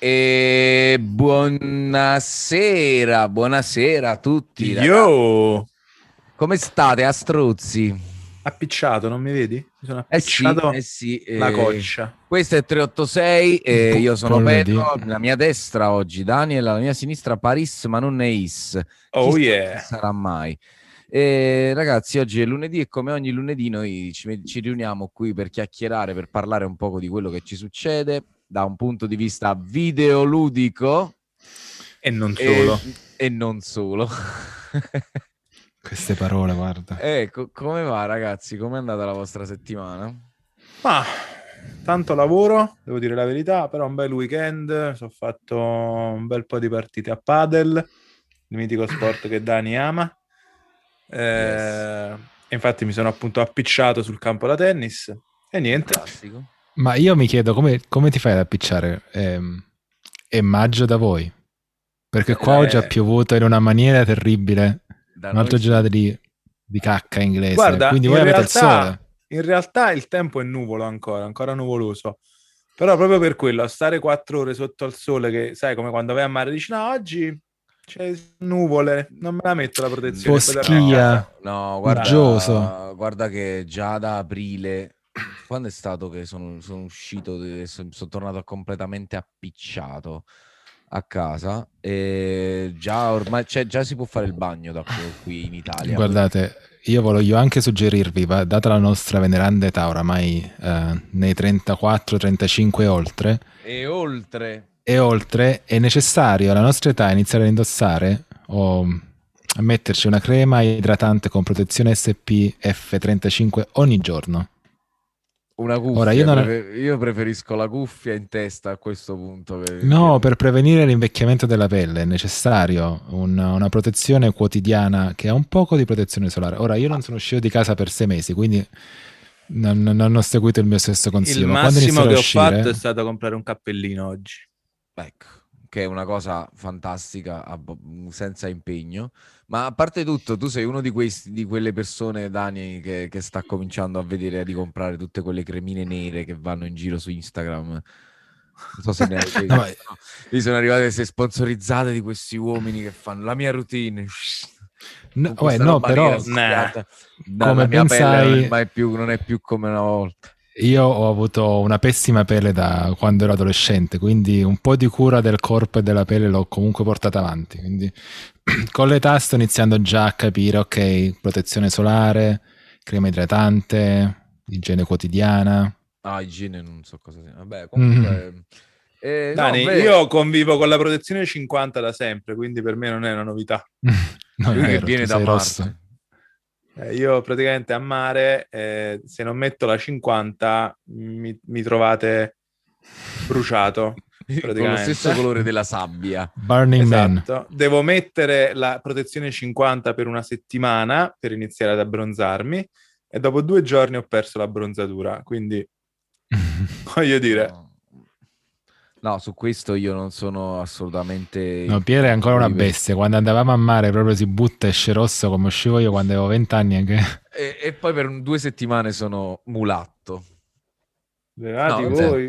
E buonasera a tutti, ragazzi. Yo! Come state, astruzzi? Appicciato, non mi vedi? Mi sono Sì, appicciato sì. la coccia. Questo è 386 e io sono Buon lunedì. Pedro, la mia destra oggi Daniel, la mia sinistra Paris, ma non è Is. Oh Chi yeah! sarà mai? Ragazzi, oggi è lunedì e come ogni lunedì noi ci riuniamo qui per chiacchierare, per parlare un poco di quello che ci succede da un punto di vista videoludico E non solo. E non solo. Queste parole, guarda. Come va, ragazzi? Com'è andata la vostra settimana? Ma tanto lavoro, devo dire la verità, però un bel weekend, ho fatto un bel po' di partite a padel, il mitico sport che Dani ama. Yes. Infatti mi sono appunto appiccicato sul campo da tennis e niente. Classico. Ma io mi chiedo come ti fai ad appicciare? È maggio da voi? Perché qua oggi ha piovuto in una maniera terribile. Un'altra giornata di cacca inglese. Guarda, quindi voi avete il sole. In realtà il tempo è nuvolo ancora nuvoloso. Però proprio per quello, a stare 4 ore sotto al sole, che sai, come quando vai a mare dici no, oggi c'è nuvole, non me la metto la protezione. Foschia, no, guarda che già da aprile, quando è stato che sono uscito, sono tornato completamente appicciato a casa e già ormai già si può fare il bagno da qui in Italia. Guardate, io voglio anche suggerirvi, data la nostra veneranda età oramai nei 34-35 e oltre, è necessario alla nostra età iniziare ad indossare o a metterci una crema idratante con protezione SPF 35 ogni giorno. Una cuffia. Ora io preferisco la cuffia in testa a questo punto. No, per prevenire l'invecchiamento della pelle è necessario una protezione quotidiana che ha un poco di protezione solare. Ora, io non sono uscito di casa per 6 mesi, quindi non ho seguito il mio stesso consiglio. Il massimo che ho fatto è stato comprare un cappellino oggi. Ecco, che è una cosa fantastica, senza impegno. Ma a parte tutto, tu sei uno di quelle persone, Dani, che sta cominciando a vedere di comprare tutte quelle cremine nere che vanno in giro su Instagram. Non so se ne avete no, mi sono arrivate queste sponsorizzate di questi uomini che fanno la mia routine. No, però come ben sai, non è più come una volta. Io ho avuto una pessima pelle da quando ero adolescente, quindi un po' di cura del corpo e della pelle l'ho comunque portata avanti. Quindi con l'età sto iniziando già a capire, ok, protezione solare, crema idratante, igiene quotidiana. Igiene non so cosa sia. Vabbè, comunque... Dani, io convivo con la protezione 50 da sempre, quindi per me non è una novità. Lui che viene da Marte. Io praticamente a mare, se non metto la 50 mi trovate bruciato. Con lo stesso colore della sabbia. Burning esatto. Man. Devo mettere la protezione 50 per una settimana per iniziare ad abbronzarmi e dopo 2 giorni ho perso la bronzatura, quindi voglio dire... No, su questo io non sono assolutamente... No, Piero è ancora una bestia. Quando andavamo a mare proprio si butta, esce rosso come uscivo io quando avevo 20 anni. Anche. E poi per 2 settimane sono mulatto. Beati voi.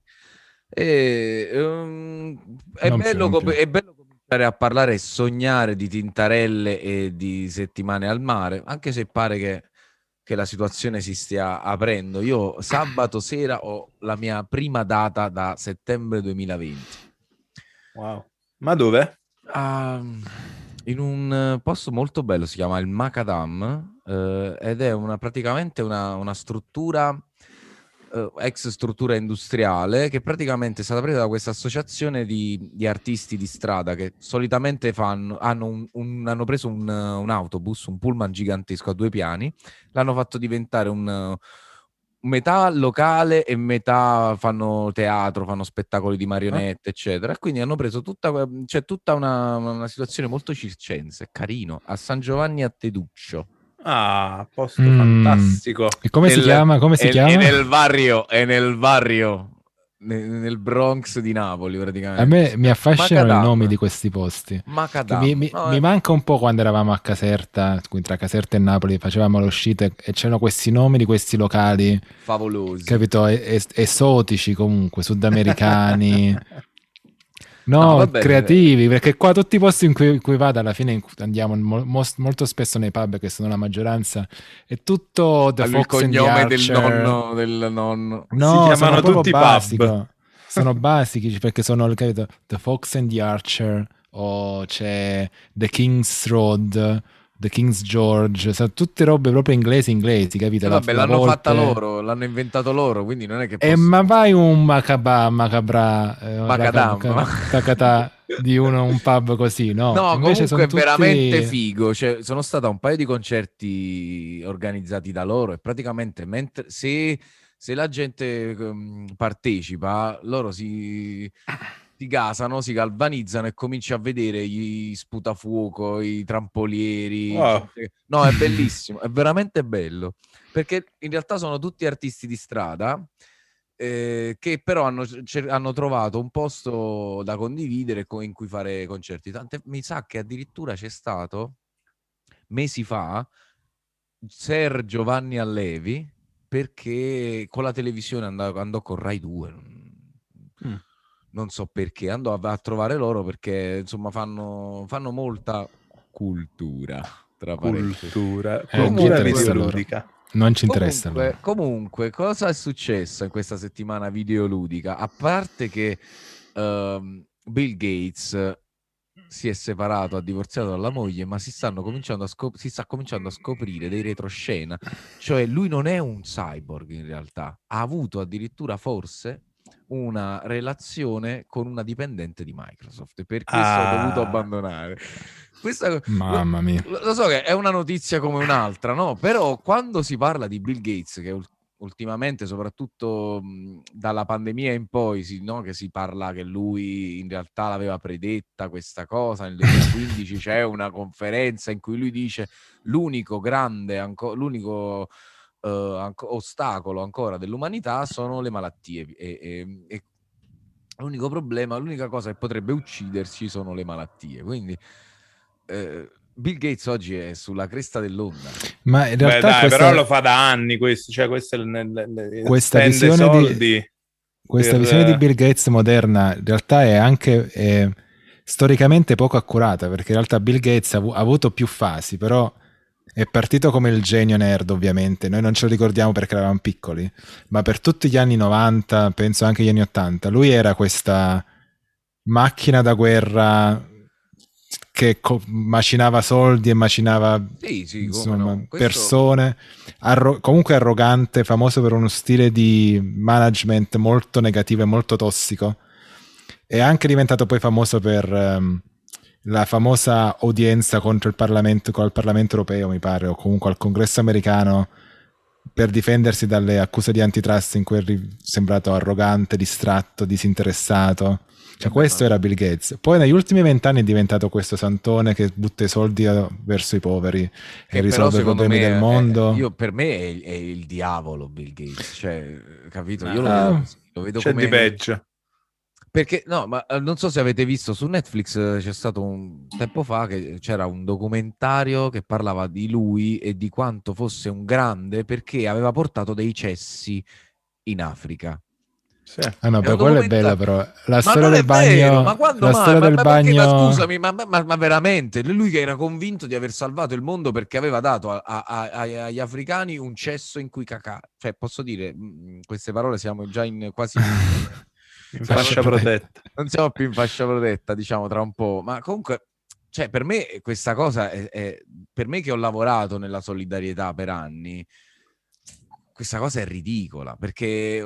È bello cominciare a parlare e sognare di tintarelle e di settimane al mare, anche se pare che la situazione si stia aprendo. Io sabato sera ho la mia prima data da settembre 2020. Wow. Ma dove? In un posto molto bello, si chiama il Macadam, ed è praticamente una struttura, ex struttura industriale, che praticamente è stata presa da questa associazione di artisti di strada che solitamente hanno preso un autobus, un pullman gigantesco a 2 piani, l'hanno fatto diventare metà locale e metà fanno teatro, fanno spettacoli di marionette, eccetera. E quindi hanno preso tutta una situazione molto circense, carino, a San Giovanni a Teduccio. Ah, posto fantastico. E come si chiama? È nel barrio, nel Bronx di Napoli, praticamente. A me mi affascinano Macadam. I nomi di questi posti. Mi manca un po' quando eravamo a Caserta, tra Caserta e Napoli facevamo le uscite e c'erano questi nomi di questi locali favolosi, capito? Esotici comunque, sudamericani. No, creativi, perché qua tutti i posti in cui vado alla fine andiamo molto spesso nei pub, che sono la maggioranza, è tutto The Fox and the Archer. Il cognome del nonno. No, si chiamano tutti pub. Sono basici, perché sono, capito, The Fox and the Archer, o c'è The King's Road, The King's George, sono tutte robe proprio inglesi, capito? Vabbè, l'hanno fatta loro, l'hanno inventato loro, quindi non è che ma vai un macadam di un pub così, no? No, invece comunque è veramente figo. Cioè, sono stata a un paio di concerti organizzati da loro e praticamente se la gente partecipa, loro si gasano, si galvanizzano e cominci a vedere gli sputafuoco, i trampolieri. Wow. No, è bellissimo, è veramente bello, perché in realtà sono tutti artisti di strada che però hanno trovato un posto da condividere in cui fare concerti. Mi sa che addirittura c'è stato mesi fa Ser Giovanni Allevi, perché con la televisione andò con Rai 2. Non so perché, andò a trovare loro, perché insomma fanno molta cultura, tra parentesi. Cultura videoludica. Non ci interessa. Comunque, cosa è successo in questa settimana videoludica? A parte che Bill Gates si è separato, ha divorziato dalla moglie, ma si sta cominciando a scoprire dei retroscena. Cioè, lui non è un cyborg in realtà, ha avuto addirittura forse una relazione con una dipendente di Microsoft, e per questo ho dovuto abbandonare. Mamma mia. Lo so che è una notizia come un'altra, no? Però quando si parla di Bill Gates, che ultimamente, soprattutto dalla pandemia in poi, che si parla che lui in realtà l'aveva predetta questa cosa, nel 2015 c'è una conferenza in cui lui dice l'unico ostacolo ancora dell'umanità sono le malattie, e l'unico problema, l'unica cosa che potrebbe ucciderci sono le malattie. Quindi Bill Gates oggi è sulla cresta dell'onda. Ma in realtà però lo fa da anni questo, cioè questa visione di Bill Gates moderna in realtà è anche storicamente poco accurata, perché in realtà Bill Gates ha avuto più fasi, però è partito come il genio nerd, ovviamente. Noi non ce lo ricordiamo perché eravamo piccoli, ma per tutti gli anni 90, penso anche gli anni 80, lui era questa macchina da guerra che macinava soldi e macinava persone, comunque arrogante, famoso per uno stile di management molto negativo e molto tossico. È anche diventato poi famoso per la famosa udienza contro il Parlamento, con il Parlamento europeo, mi pare, o comunque al Congresso americano, per difendersi dalle accuse di antitrust, in cui è sembrato arrogante, distratto, disinteressato. Cioè, questo era Bill Gates. Poi negli ultimi 20 anni è diventato questo santone che butta i soldi verso i poveri e risolve i problemi del mondo. Per me è il diavolo Bill Gates, cioè, capito? Io lo vedo c'è come... di peggio. Perché, no, ma non so se avete visto su Netflix, c'è stato un tempo fa che c'era un documentario che parlava di lui e di quanto fosse un grande, perché aveva portato dei cessi in Africa. Sì. No, però quella è bella, però la storia del bagno. Ma quando mai? Ma scusami, ma veramente? Lui che era convinto di aver salvato il mondo perché aveva dato agli africani un cesso in cui cacare. Cioè, posso dire, queste parole siamo già in quasi... in fascia protetta. Non siamo più in fascia protetta, diciamo, tra un po'. Ma comunque, cioè, per me questa cosa è per me che ho lavorato nella solidarietà per anni, questa cosa è ridicola, perché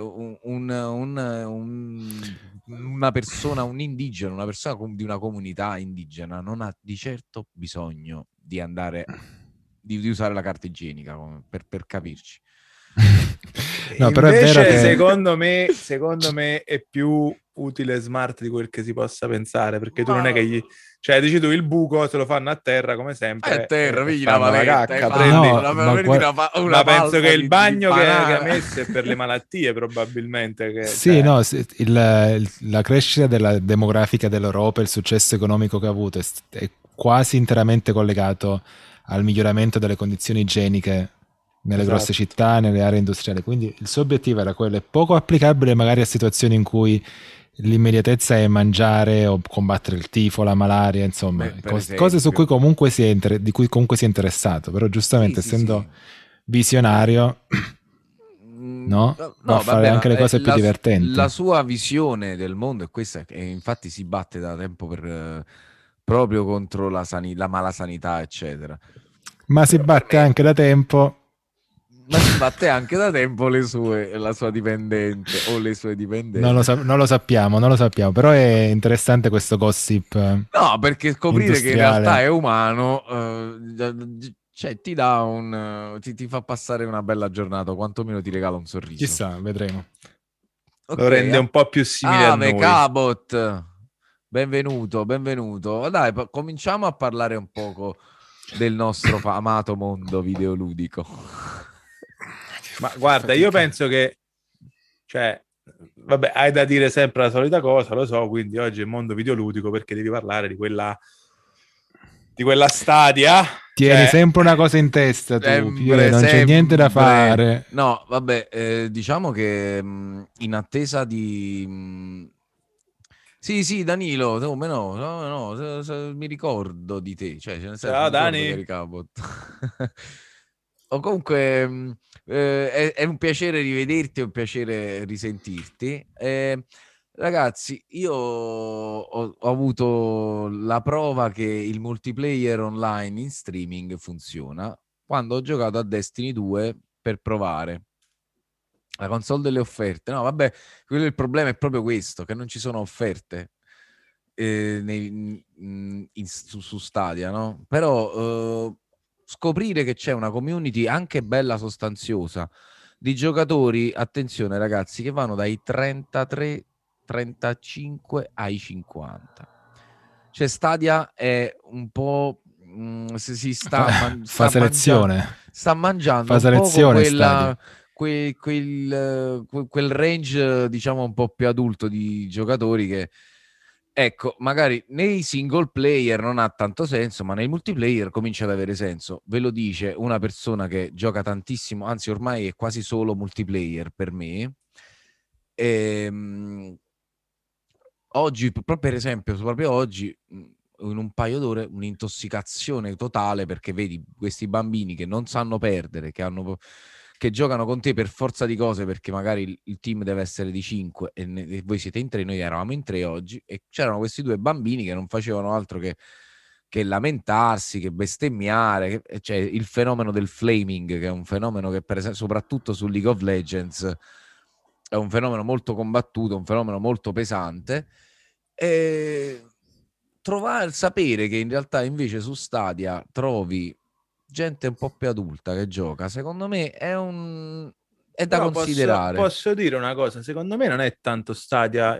una persona, un indigeno, una persona di una comunità indigena non ha di certo bisogno di andare di usare la carta igienica, per capirci. No, però invece, è vero che... secondo me è più utile e smart di quel che si possa pensare, perché tu non è che cioè dici tu il buco se lo fanno a terra come sempre, a terra, la cacca, ma penso che il bagno che ha messo è per le malattie probabilmente sì, no, la crescita demografica dell'Europa e il successo economico che ha avuto è quasi interamente collegato al miglioramento delle condizioni igieniche nelle grosse città, nelle aree industriali. Quindi il suo obiettivo era quello, è poco applicabile magari a situazioni in cui l'immediatezza è mangiare o combattere il tifo, la malaria, insomma, cose su cui comunque di cui comunque si è interessato, però giustamente essendo visionario no? Va a fare anche le cose più divertenti. La sua visione del mondo è questa, e infatti si batte da tempo proprio contro la mala sanità, eccetera. Ma si batte anche da tempo. Ma si batte anche da tempo la sua dipendente o le sue dipendenti. Non lo sappiamo, però è interessante questo gossip. No, perché scoprire che in realtà è umano, cioè ti dà ti fa passare una bella giornata, o quantomeno ti regala un sorriso. Chissà, vedremo. Okay, lo rende un po' più simile a noi. Cabot, benvenuto. Dai, cominciamo a parlare un poco del nostro amato mondo videoludico. Ma guarda, io penso che, cioè, vabbè, hai da dire sempre la solita cosa, lo so, quindi oggi è mondo videoludico perché devi parlare di quella Stadia. Tieni sempre una cosa in testa tu, non c'è niente da fare. No, vabbè, diciamo che in attesa di... Sì, Danilo, come no, mi ricordo di te. Cioè, ciao Dani. O comunque è un piacere rivederti, è un piacere risentirti. Ragazzi, io ho avuto la prova che il multiplayer online in streaming funziona quando ho giocato a Destiny 2 per provare la console delle offerte. No, vabbè, il problema è proprio questo, che non ci sono offerte su Stadia, no? Però scoprire che c'è una community anche bella sostanziosa di giocatori, attenzione ragazzi, che vanno dai 33 35 ai 50. Cioè Stadia è un po' se si sta selezione. Sta mangiando fa selezione quel range, diciamo, un po' più adulto di giocatori che, ecco, magari nei single player non ha tanto senso, ma nei multiplayer comincia ad avere senso. Ve lo dice una persona che gioca tantissimo, anzi ormai è quasi solo multiplayer per me. Oggi, per esempio, proprio oggi, in un paio d'ore, un'intossicazione totale, perché vedi questi bambini che non sanno perdere, che giocano con te per forza di cose, perché magari il team deve essere di 5 e voi siete in 3, noi eravamo in 3 oggi, e c'erano questi due bambini che non facevano altro che lamentarsi, che bestemmiare, cioè il fenomeno del flaming, che è un fenomeno che per esempio, soprattutto su League of Legends, è un fenomeno molto combattuto, un fenomeno molto pesante. E sapere che in realtà invece su Stadia trovi gente un po' più adulta che gioca, secondo me è da considerare. Posso dire una cosa, secondo me non è tanto Stadia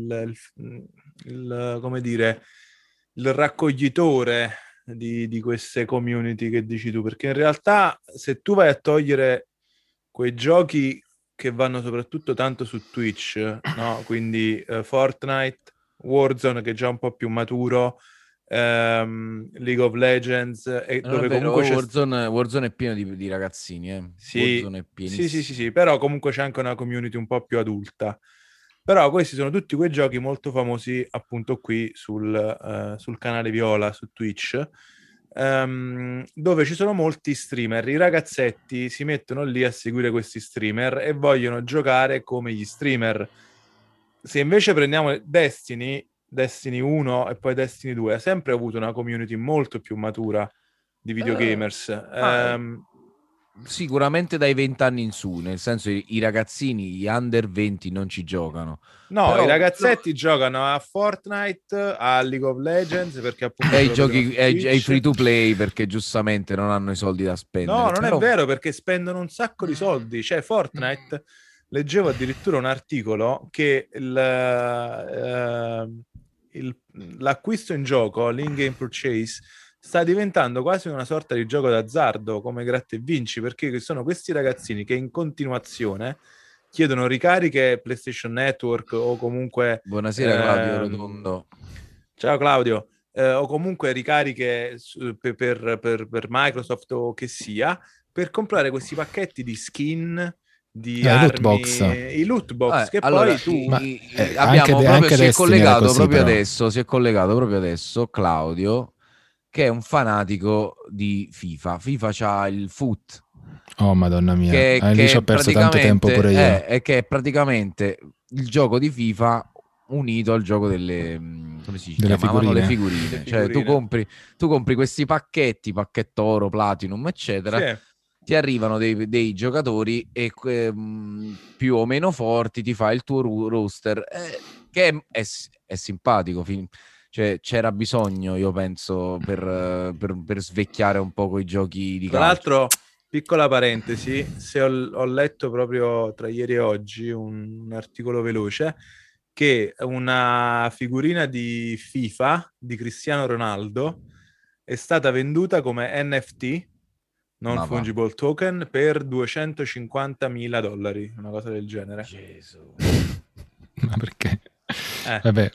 come dire, il raccoglitore di queste community che dici tu, perché in realtà se tu vai a togliere quei giochi che vanno soprattutto tanto su Twitch, no? Quindi Fortnite, Warzone, che è già un po' più maturo, League of Legends, dove comunque Warzone è pieno di ragazzini, Sì, Warzone è pienissimo. Sì, però comunque c'è anche una community un po' più adulta. Però questi sono tutti quei giochi molto famosi appunto qui sul canale Viola, su Twitch, dove ci sono molti streamer. I ragazzetti si mettono lì a seguire questi streamer e vogliono giocare come gli streamer. Se invece prendiamo Destiny 1 e poi Destiny 2, ha sempre avuto una community molto più matura di videogamers. Sicuramente dai 20 anni in su, nel senso i ragazzini, gli under 20 non ci giocano. No, però, i ragazzetti giocano a Fortnite, a League of Legends, perché appunto ai free to play, perché giustamente non hanno i soldi da spendere. No, non è vero, perché spendono un sacco di soldi. Cioè Fortnite, leggevo addirittura un articolo che l'acquisto in gioco, l'in-game purchase, sta diventando quasi una sorta di gioco d'azzardo, come gratta e vinci, perché sono questi ragazzini che in continuazione chiedono ricariche PlayStation Network o comunque... Buonasera Claudio Rotondo. Ciao Claudio. O comunque ricariche per Microsoft o che sia, per comprare questi pacchetti di skin, di armi, i loot box, che allora, poi tu si è collegato proprio adesso Claudio, che è un fanatico di FIFA. FIFA c'ha il foot. Oh madonna mia, lì ci ho perso tanto tempo pure io. È che è praticamente il gioco di FIFA unito al gioco delle, come si chiamavano, le figurine. Cioè tu compri questi pacchetti, pacchetto oro, platinum, eccetera. Sì. Ti arrivano dei giocatori e più o meno forti, ti fa il tuo roster, che è simpatico. Cioè, c'era bisogno, io penso, per svecchiare un po' quei giochi di calcio. Tra l'altro, piccola parentesi, se ho letto proprio tra ieri e oggi un articolo veloce che una figurina di FIFA di Cristiano Ronaldo è stata venduta come NFT, non fungible token, per $250.000, una cosa del genere. Gesù. Ma perché? Vabbè.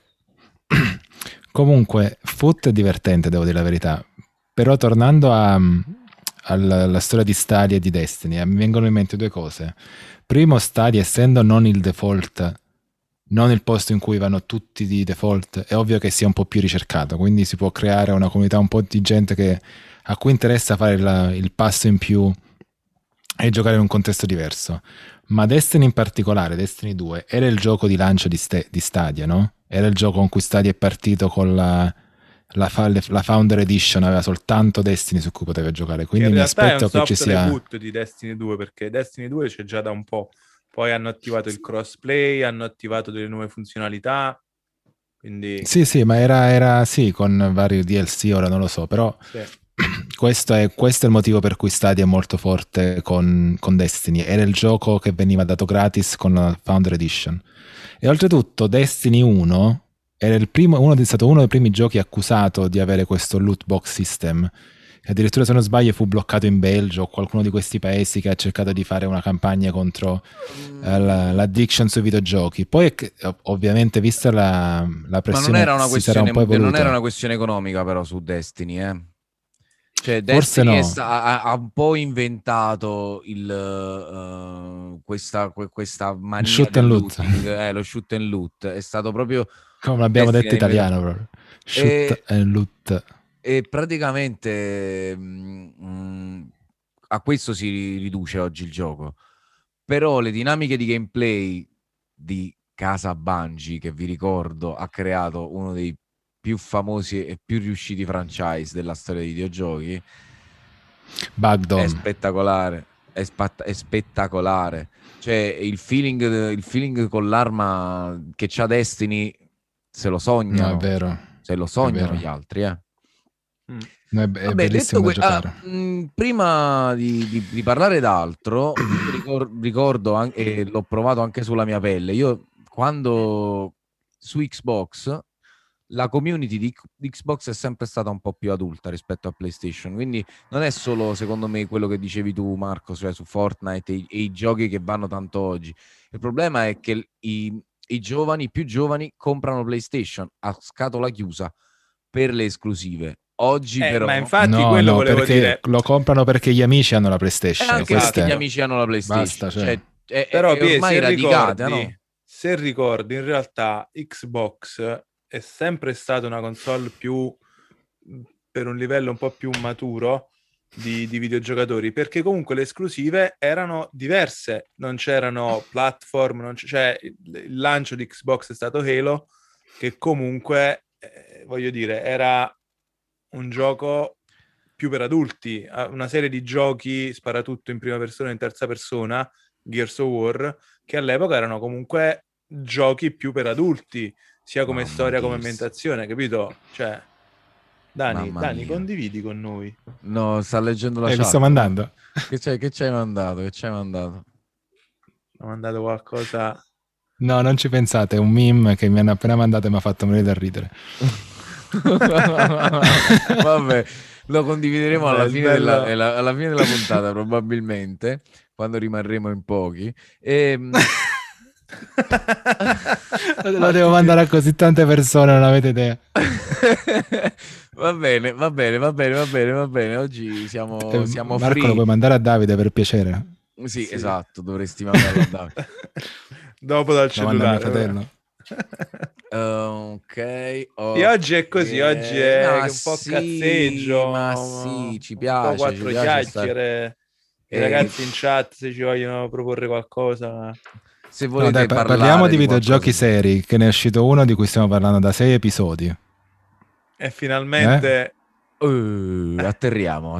Comunque, foot è divertente, devo dire la verità. Però tornando alla storia di Stadia e di Destiny, mi vengono in mente due cose. Primo, Stadia, essendo non il default, non il posto in cui vanno tutti di default, è ovvio che sia un po' più ricercato, quindi si può creare una comunità un po' di gente a cui interessa fare il passo in più e giocare in un contesto diverso. Ma Destiny in particolare, Destiny 2, era il gioco di lancio di Stadia, no? Era il gioco con cui Stadia è partito con la Founder Edition, aveva soltanto Destiny su cui poteva giocare, quindi mi aspetto che ci sia... è un soft reboot di Destiny 2, perché Destiny 2 c'è già da un po'. Poi hanno attivato il crossplay, hanno attivato delle nuove funzionalità, quindi... Sì, ma era sì, con vari DLC, ora non lo so, però sì. questo è il motivo per cui Stadia è molto forte con Destiny. Era il gioco che veniva dato gratis con la Founder Edition. E oltretutto Destiny 1 era è stato uno dei primi giochi accusato di avere questo loot box system. Addirittura, se non sbaglio, fu bloccato in Belgio o qualcuno di questi paesi che ha cercato di fare una campagna contro l'addiction sui videogiochi. Poi, ovviamente, vista la pressione, ma non era una questione economica, però, su Destiny, Cioè, Destiny ha un po' inventato questa mania shoot del looting, lo shoot and loot. È stato proprio... Come l'abbiamo detto italiano, proprio. Shoot and loot. E praticamente a questo si riduce oggi il gioco. Però le dinamiche di gameplay di casa Bungie, che vi ricordo ha creato uno dei più famosi e più riusciti franchise della storia dei videogiochi, Bagdon, è spettacolare. È spettacolare. Cioè il feeling con l'arma che c'ha Destiny, se lo sognano. No, è vero. Se lo sognano gli altri, No, è bellissimo da giocare. Prima di parlare d'altro, ricordo anche, l'ho provato anche sulla mia pelle. Io quando su Xbox la community di Xbox è sempre stata un po' più adulta rispetto a PlayStation, quindi non è solo, secondo me, quello che dicevi tu, Marco, cioè su Fortnite e i giochi che vanno tanto oggi. Il problema è che i più giovani comprano PlayStation a scatola chiusa per le esclusive. Oggi però... Ma infatti quello volevo dire. Lo comprano perché gli amici hanno la PlayStation. Anche perché gli amici hanno la PlayStation. Basta, cioè. Però è ormai radicata, no? Se ricordi, in realtà Xbox è sempre stata una console più per un livello un po' più maturo di videogiocatori, perché comunque le esclusive erano diverse, non c'erano platform, cioè il lancio di Xbox è stato Halo, che comunque voglio dire era un gioco più per adulti, una serie di giochi sparatutto in prima persona e in terza persona, Gears of War, che all'epoca erano comunque giochi più per adulti, sia come storia come ambientazione, capito? Cioè, Dani, condividi con noi. No, sta leggendo la chat. Mi sto mandando. Che ci hai mandato? Ho mandato qualcosa... No, non ci pensate, è un meme che mi hanno appena mandato e mi ha fatto morire da ridere. Vabbè, lo condivideremo alla fine della puntata, probabilmente, quando rimarremo in pochi. Lo devo mandare a così tante persone, non avete idea. Va bene. Oggi siamo Marco, free. lo puoi mandare a Davide, per piacere. Sì, esatto, dovresti mandarlo dopo dal cellulare. Fratello. Ok. E oggi è così, oggi è un po' cazzeggio, ma sì, ci piace, un po' quattro ci piace chiacchiere. I ragazzi in chat se ci vogliono proporre qualcosa. Se volete parliamo di videogiochi seri, che ne è uscito uno di cui stiamo parlando da 6 episodi. E finalmente atterriamo.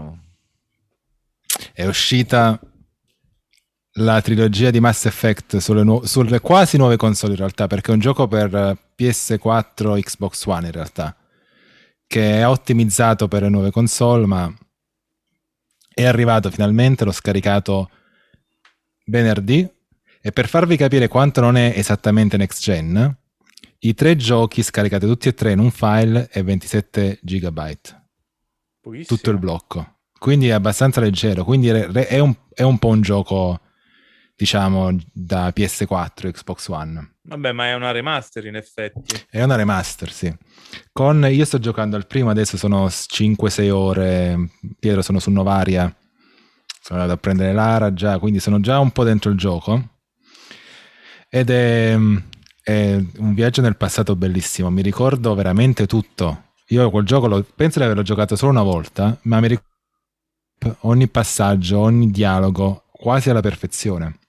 È uscita la trilogia di Mass Effect sulle quasi nuove console in realtà, perché è un gioco per PS4, Xbox One in realtà, che è ottimizzato per le nuove console, ma è arrivato finalmente, l'ho scaricato venerdì, e per farvi capire quanto non è esattamente next gen, i 3 giochi scaricati tutti e 3 in un file è 27 GB. Pochissimo. Tutto il blocco. Quindi è abbastanza leggero, quindi è un po' un gioco, diciamo, da PS4, Xbox One. Vabbè, ma è una remaster in effetti. È una remaster, sì. Io sto giocando al primo, adesso sono 5-6 ore, Pietro sono su Novaria, sono andato a prendere Lara già, quindi sono già un po' dentro il gioco. Ed è un viaggio nel passato bellissimo, mi ricordo veramente tutto. Io quel gioco penso di averlo giocato solo una volta, ma mi ricordo ogni passaggio, ogni dialogo quasi alla perfezione.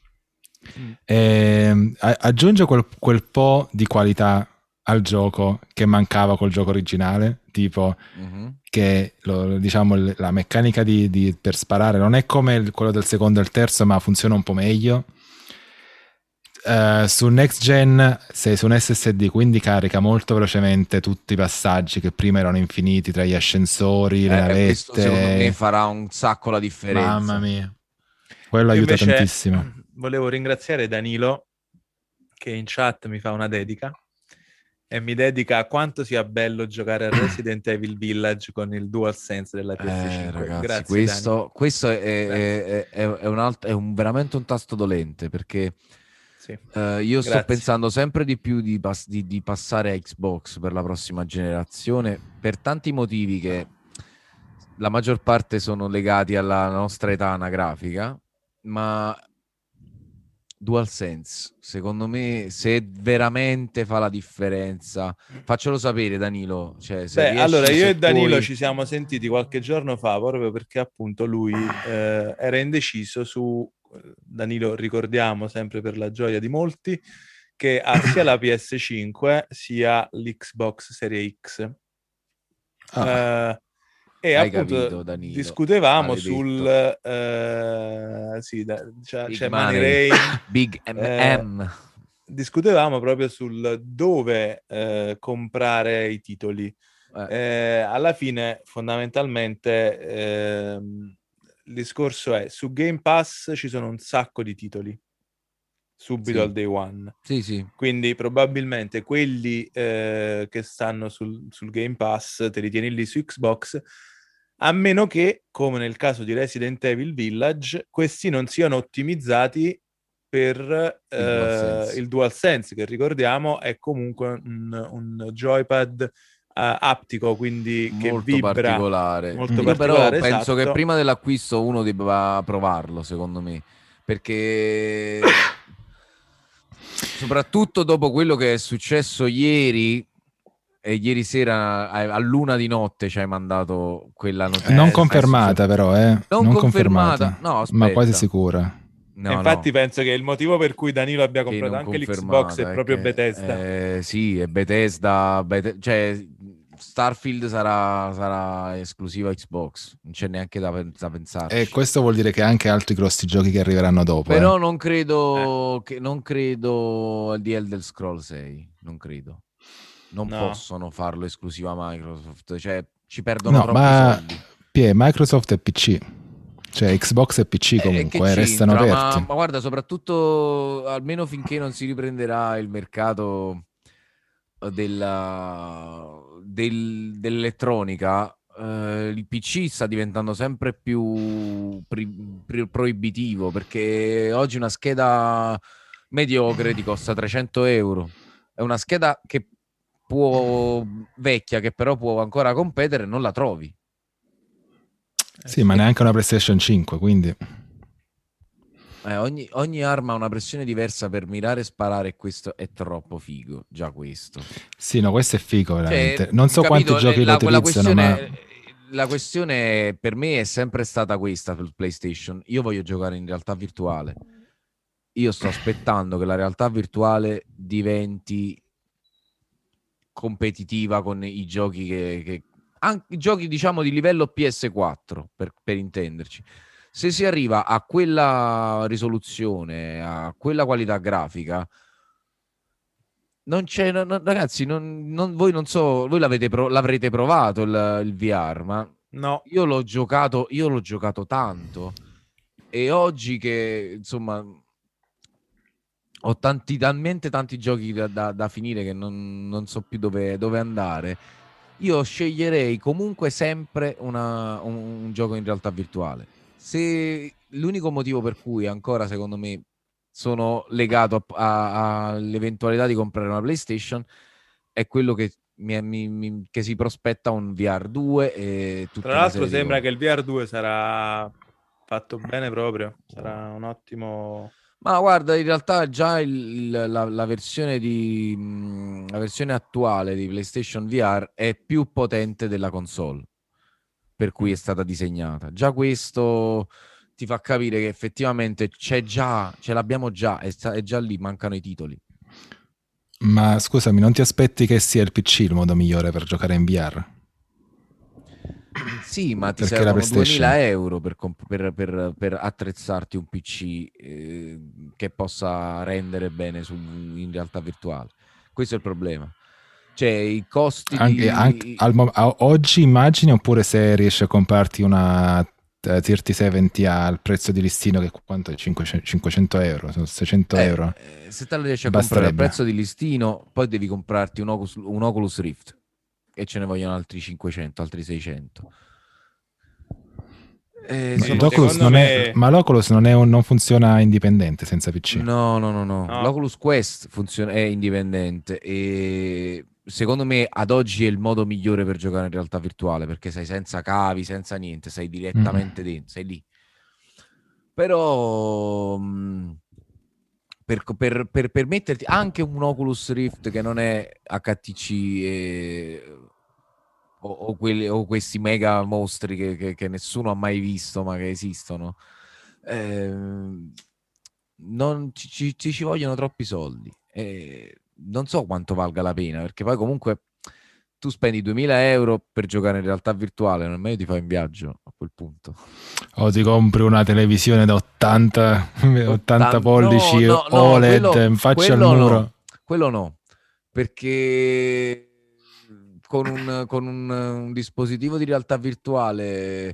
Aggiunge quel po' di qualità al gioco che mancava col gioco originale, tipo che diciamo la meccanica per sparare non è come quello del secondo e il terzo, ma funziona un po' meglio. Su Next Gen sei su un SSD, quindi carica molto velocemente tutti i passaggi che prima erano infiniti tra gli ascensori, le navette. Questo secondo me farà un sacco la differenza. Mamma mia, quello aiuta tantissimo. Volevo ringraziare Danilo che in chat mi fa una dedica e mi dedica a quanto sia bello giocare a Resident Evil Village con il DualSense della PS5. Ragazzi, grazie, questo è veramente un tasto dolente, perché io sto pensando sempre di più di passare a Xbox per la prossima generazione, per tanti motivi che la maggior parte sono legati alla nostra età anagrafica, ma DualSense, secondo me, se veramente fa la differenza, faccelo sapere, Danilo. Allora io e Danilo ci siamo sentiti qualche giorno fa proprio perché appunto lui era indeciso su... Danilo, ricordiamo sempre per la gioia di molti che ha sia la PS5 sia l'Xbox Series X. E hai appunto capito, Danilo, discutevamo maledetto. c'è Money Rain, Big M. Discutevamo proprio sul dove comprare i titoli. Alla fine, fondamentalmente, il discorso è su Game Pass ci sono un sacco di titoli subito al day one. Sì. Quindi probabilmente quelli che stanno sul Game Pass te li tieni lì su Xbox, a meno che, come nel caso di Resident Evil Village, questi non siano ottimizzati per il DualSense, che ricordiamo è comunque un joypad aptico, quindi che molto vibra, particolare. molto Io particolare, però penso esatto. che prima dell'acquisto uno debba provarlo, secondo me, perché soprattutto dopo quello che è successo ieri, e ieri sera all'1 di notte ci hai mandato quella notizia. Non confermata però, non confermata. No, aspetta. Ma quasi sicura. No, infatti penso che il motivo per cui Danilo abbia comprato anche l'Xbox è proprio Bethesda. Sì, è Bethesda, cioè Starfield sarà esclusiva Xbox, non c'è neanche da pensarci. E questo vuol dire che anche altri grossi giochi che arriveranno dopo. Però non credo di Elder Scrolls 6, non credo. Non possono farlo esclusiva Microsoft, cioè ci perdono troppi soldi. Microsoft è PC. Cioè Xbox e PC comunque restano aperti. Ma guarda, soprattutto almeno finché non si riprenderà il mercato dell'elettronica, il PC sta diventando sempre più proibitivo, perché oggi una scheda mediocre ti costa 300 euro. È una scheda vecchia che però può ancora competere, non la trovi. Sì, ma neanche una PlayStation 5, quindi... Ogni arma ha una pressione diversa per mirare e sparare, e questo è troppo figo, già questo. Sì, no, questo è figo veramente. Non so capito, quanti giochi lo utilizzano, ma... La questione per me è sempre stata questa sul PlayStation. Io voglio giocare in realtà virtuale. Io sto aspettando che la realtà virtuale diventi competitiva con i giochi anche i giochi, diciamo, di livello PS4, per intenderci. Se si arriva a quella risoluzione, a quella qualità grafica, non c'è, ragazzi, voi non so, voi l'avrete provato il VR, ma no, io l'ho giocato tanto, e oggi che insomma ho talmente tanti giochi da finire che non so più dove andare. Io sceglierei comunque sempre un gioco in realtà virtuale. Se l'unico motivo per cui ancora, secondo me, sono legato all'eventualità di comprare una PlayStation è quello che che si prospetta un VR 2 e tutta tra una l'altro serie di sembra cose. che il VR 2 sarà fatto bene proprio, sarà un ottimo... Ma guarda, in realtà già la versione la versione attuale di PlayStation VR è più potente della console per cui è stata disegnata. Già questo ti fa capire che effettivamente ce l'abbiamo già, è già lì, mancano i titoli. Ma scusami, non ti aspetti che sia il PC il modo migliore per giocare in VR? Sì, ma ti Perché la servono PlayStation? 2000 euro per attrezzarti un PC che possa rendere bene in realtà virtuale. Questo è il problema. Cioè, i costi Oggi immagini, oppure se riesci a comprarti una 3070 al prezzo di listino, che quanto è? 500 euro, sono 600 euro. Se te la riesci a comprare a Basterebbe. prezzo di listino, poi devi comprarti un Oculus Rift e ce ne vogliono altri 500, altri 600. Ma l'Oculus non funziona indipendente senza PC? No. L'Oculus Quest è indipendente e secondo me ad oggi è il modo migliore per giocare in realtà virtuale, perché sei senza cavi, senza niente, sei direttamente dentro, sei lì. Però per metterti anche un Oculus Rift che non è HTC o questi mega mostri che nessuno ha mai visto ma che esistono, non ci vogliono troppi soldi, non so quanto valga la pena, perché poi comunque tu spendi 2000 euro per giocare in realtà virtuale, non è meglio ti fai in viaggio a quel punto. O ti compri una televisione da 80 pollici OLED in faccia al muro. Quello no, perché con un dispositivo di realtà virtuale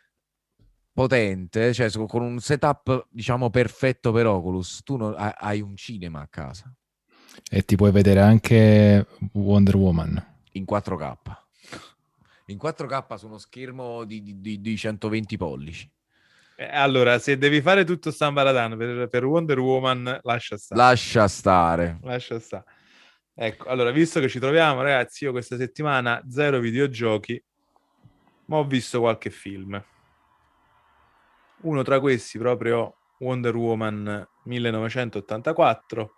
potente, cioè con un setup diciamo perfetto per Oculus, tu hai un cinema a casa. E ti puoi vedere anche Wonder Woman in 4K. In 4K su uno schermo di 120 pollici. Allora, se devi fare tutto San Baradano per Wonder Woman, lascia stare. Lascia stare. Ecco, allora, visto che ci troviamo, ragazzi, io questa settimana 0 videogiochi, ma ho visto qualche film. Uno tra questi proprio Wonder Woman 1984,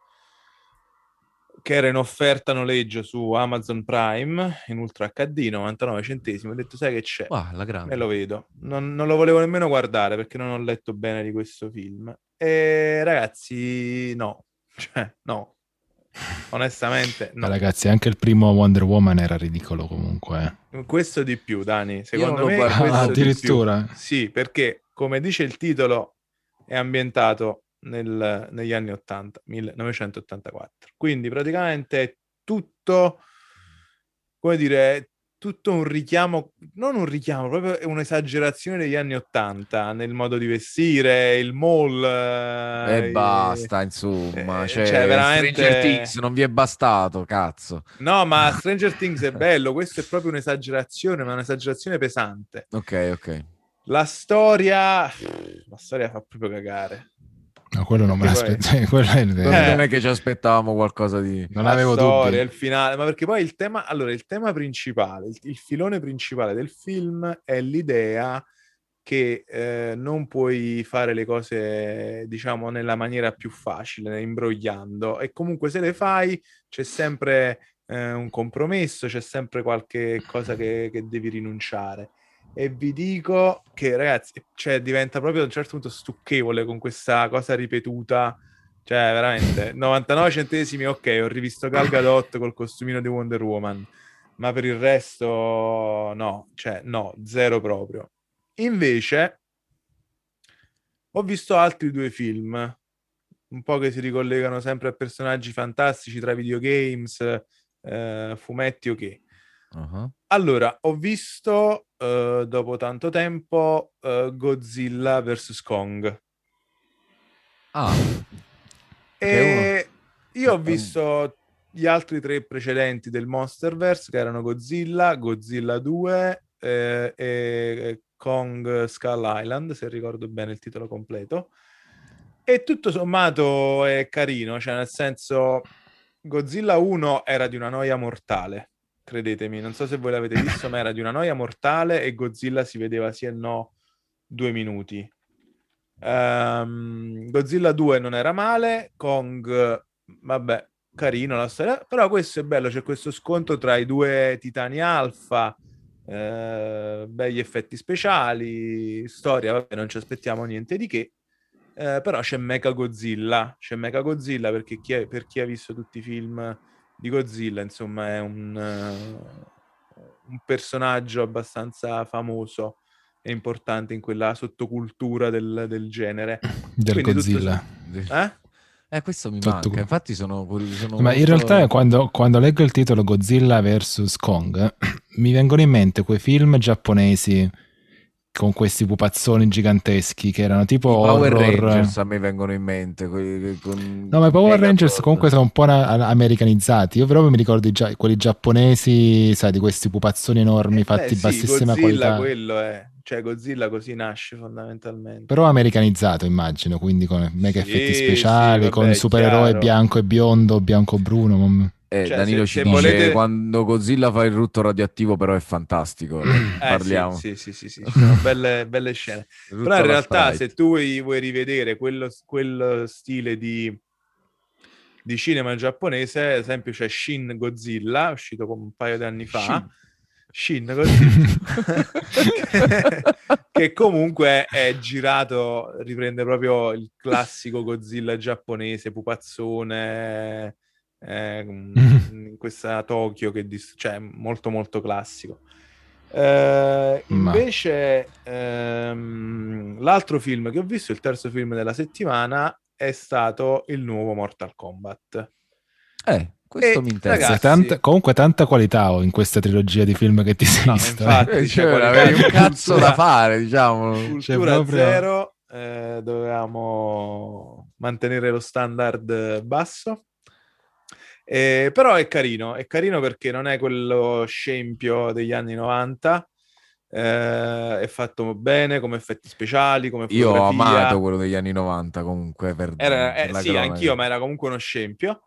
che era in offerta noleggio su Amazon Prime in Ultra HD, 99 centesimi. Ho detto, sai che c'è? Me lo vedo. Non lo volevo nemmeno guardare perché non ho letto bene di questo film. E ragazzi, no. Cioè, no. Onestamente, no. Ma ragazzi, anche il primo Wonder Woman era ridicolo comunque. Questo di più, Dani. Secondo me questo addirittura. Di più. Sì, perché, come dice il titolo, è ambientato negli anni 80, 1984. Quindi praticamente è tutto, come dire, tutto un richiamo, non un richiamo, proprio un'esagerazione degli anni 80 nel modo di vestire, il mall. E basta, insomma. Cioè, veramente... Stranger Things non vi è bastato, cazzo. No, ma Stranger Things è bello, questo è proprio un'esagerazione, ma un'esagerazione pesante. Ok. La storia fa proprio cagare. No, quello non me l'aspettavo. Non è che ci aspettavamo qualcosa di... Non avevo dubbi. Il finale, ma perché poi il tema principale, il filone principale del film è l'idea che non puoi fare le cose, diciamo, nella maniera più facile, imbrogliando, e comunque se le fai c'è sempre un compromesso, c'è sempre qualche cosa che devi rinunciare. E vi dico che, ragazzi, cioè, diventa proprio a un certo punto stucchevole con questa cosa ripetuta, cioè veramente 99 centesimi, ok, ho rivisto Gal Gadot col costumino di Wonder Woman, ma per il resto no, cioè no, zero proprio. Invece ho visto altri due film, un po' che si ricollegano sempre a personaggi fantastici tra videogames, fumetti o che. Uh-huh. Allora, ho visto dopo tanto tempo Godzilla vs. Kong. E io ho visto gli altri 3 precedenti del Monsterverse, che erano Godzilla, Godzilla 2 e Kong Skull Island, se ricordo bene il titolo completo. E tutto sommato è carino, cioè nel senso, Godzilla 1 era di una noia mortale, credetemi, non so se voi l'avete visto, ma era di una noia mortale, e Godzilla si vedeva sì e no 2 minuti. Godzilla 2 non era male, Kong, vabbè, carino la storia, però questo è bello, c'è questo scontro tra i 2 titani alfa, begli effetti speciali, storia, vabbè, non ci aspettiamo niente di che. Però c'è Mechagodzilla perché per chi ha visto tutti i film di Godzilla, insomma, è un personaggio abbastanza famoso e importante in quella sottocultura del genere. Del quindi Godzilla. Questo mi manca, infatti sono Ma molto... in realtà quando leggo il titolo Godzilla vs. Kong mi vengono in mente quei film giapponesi con questi pupazzoni giganteschi che erano tipo Power horror. Rangers a me vengono in mente no, ma i Power Rangers comunque sono un po' americanizzati. Io proprio mi ricordo quelli giapponesi, sai, di questi pupazzoni enormi fatti bassissima Godzilla, quello è, cioè Godzilla così nasce fondamentalmente, però americanizzato, immagino, quindi con mega effetti speciali, vabbè, con supereroe chiaro. Bianco e biondo, bianco bruno. Cioè, Danilo ci dice volete... quando Godzilla fa il rutto radioattivo, però è fantastico. Parliamo. Sì, ci sono belle scene. Però in realtà se tu vuoi rivedere quello stile di cinema giapponese, ad esempio c'è Shin Godzilla, uscito un paio di anni fa. Shin Godzilla che comunque è girato, riprende proprio il classico Godzilla giapponese, pupazzone, in questa Tokyo che cioè molto molto classico. Invece l'altro film che ho visto, il terzo film della settimana, è stato il nuovo Mortal Kombat. Questo mi interessa. Ragazzi, comunque tanta qualità ho in questa trilogia di film che ti sei visto. Infatti c'è un cazzo da fare, diciamo. Cultura proprio... zero, dovevamo mantenere lo standard basso. Però è carino perché non è quello scempio degli anni 90, è fatto bene come effetti speciali, come fotografia. Io ho amato quello degli anni 90 comunque sì, anch'io, ma era comunque uno scempio.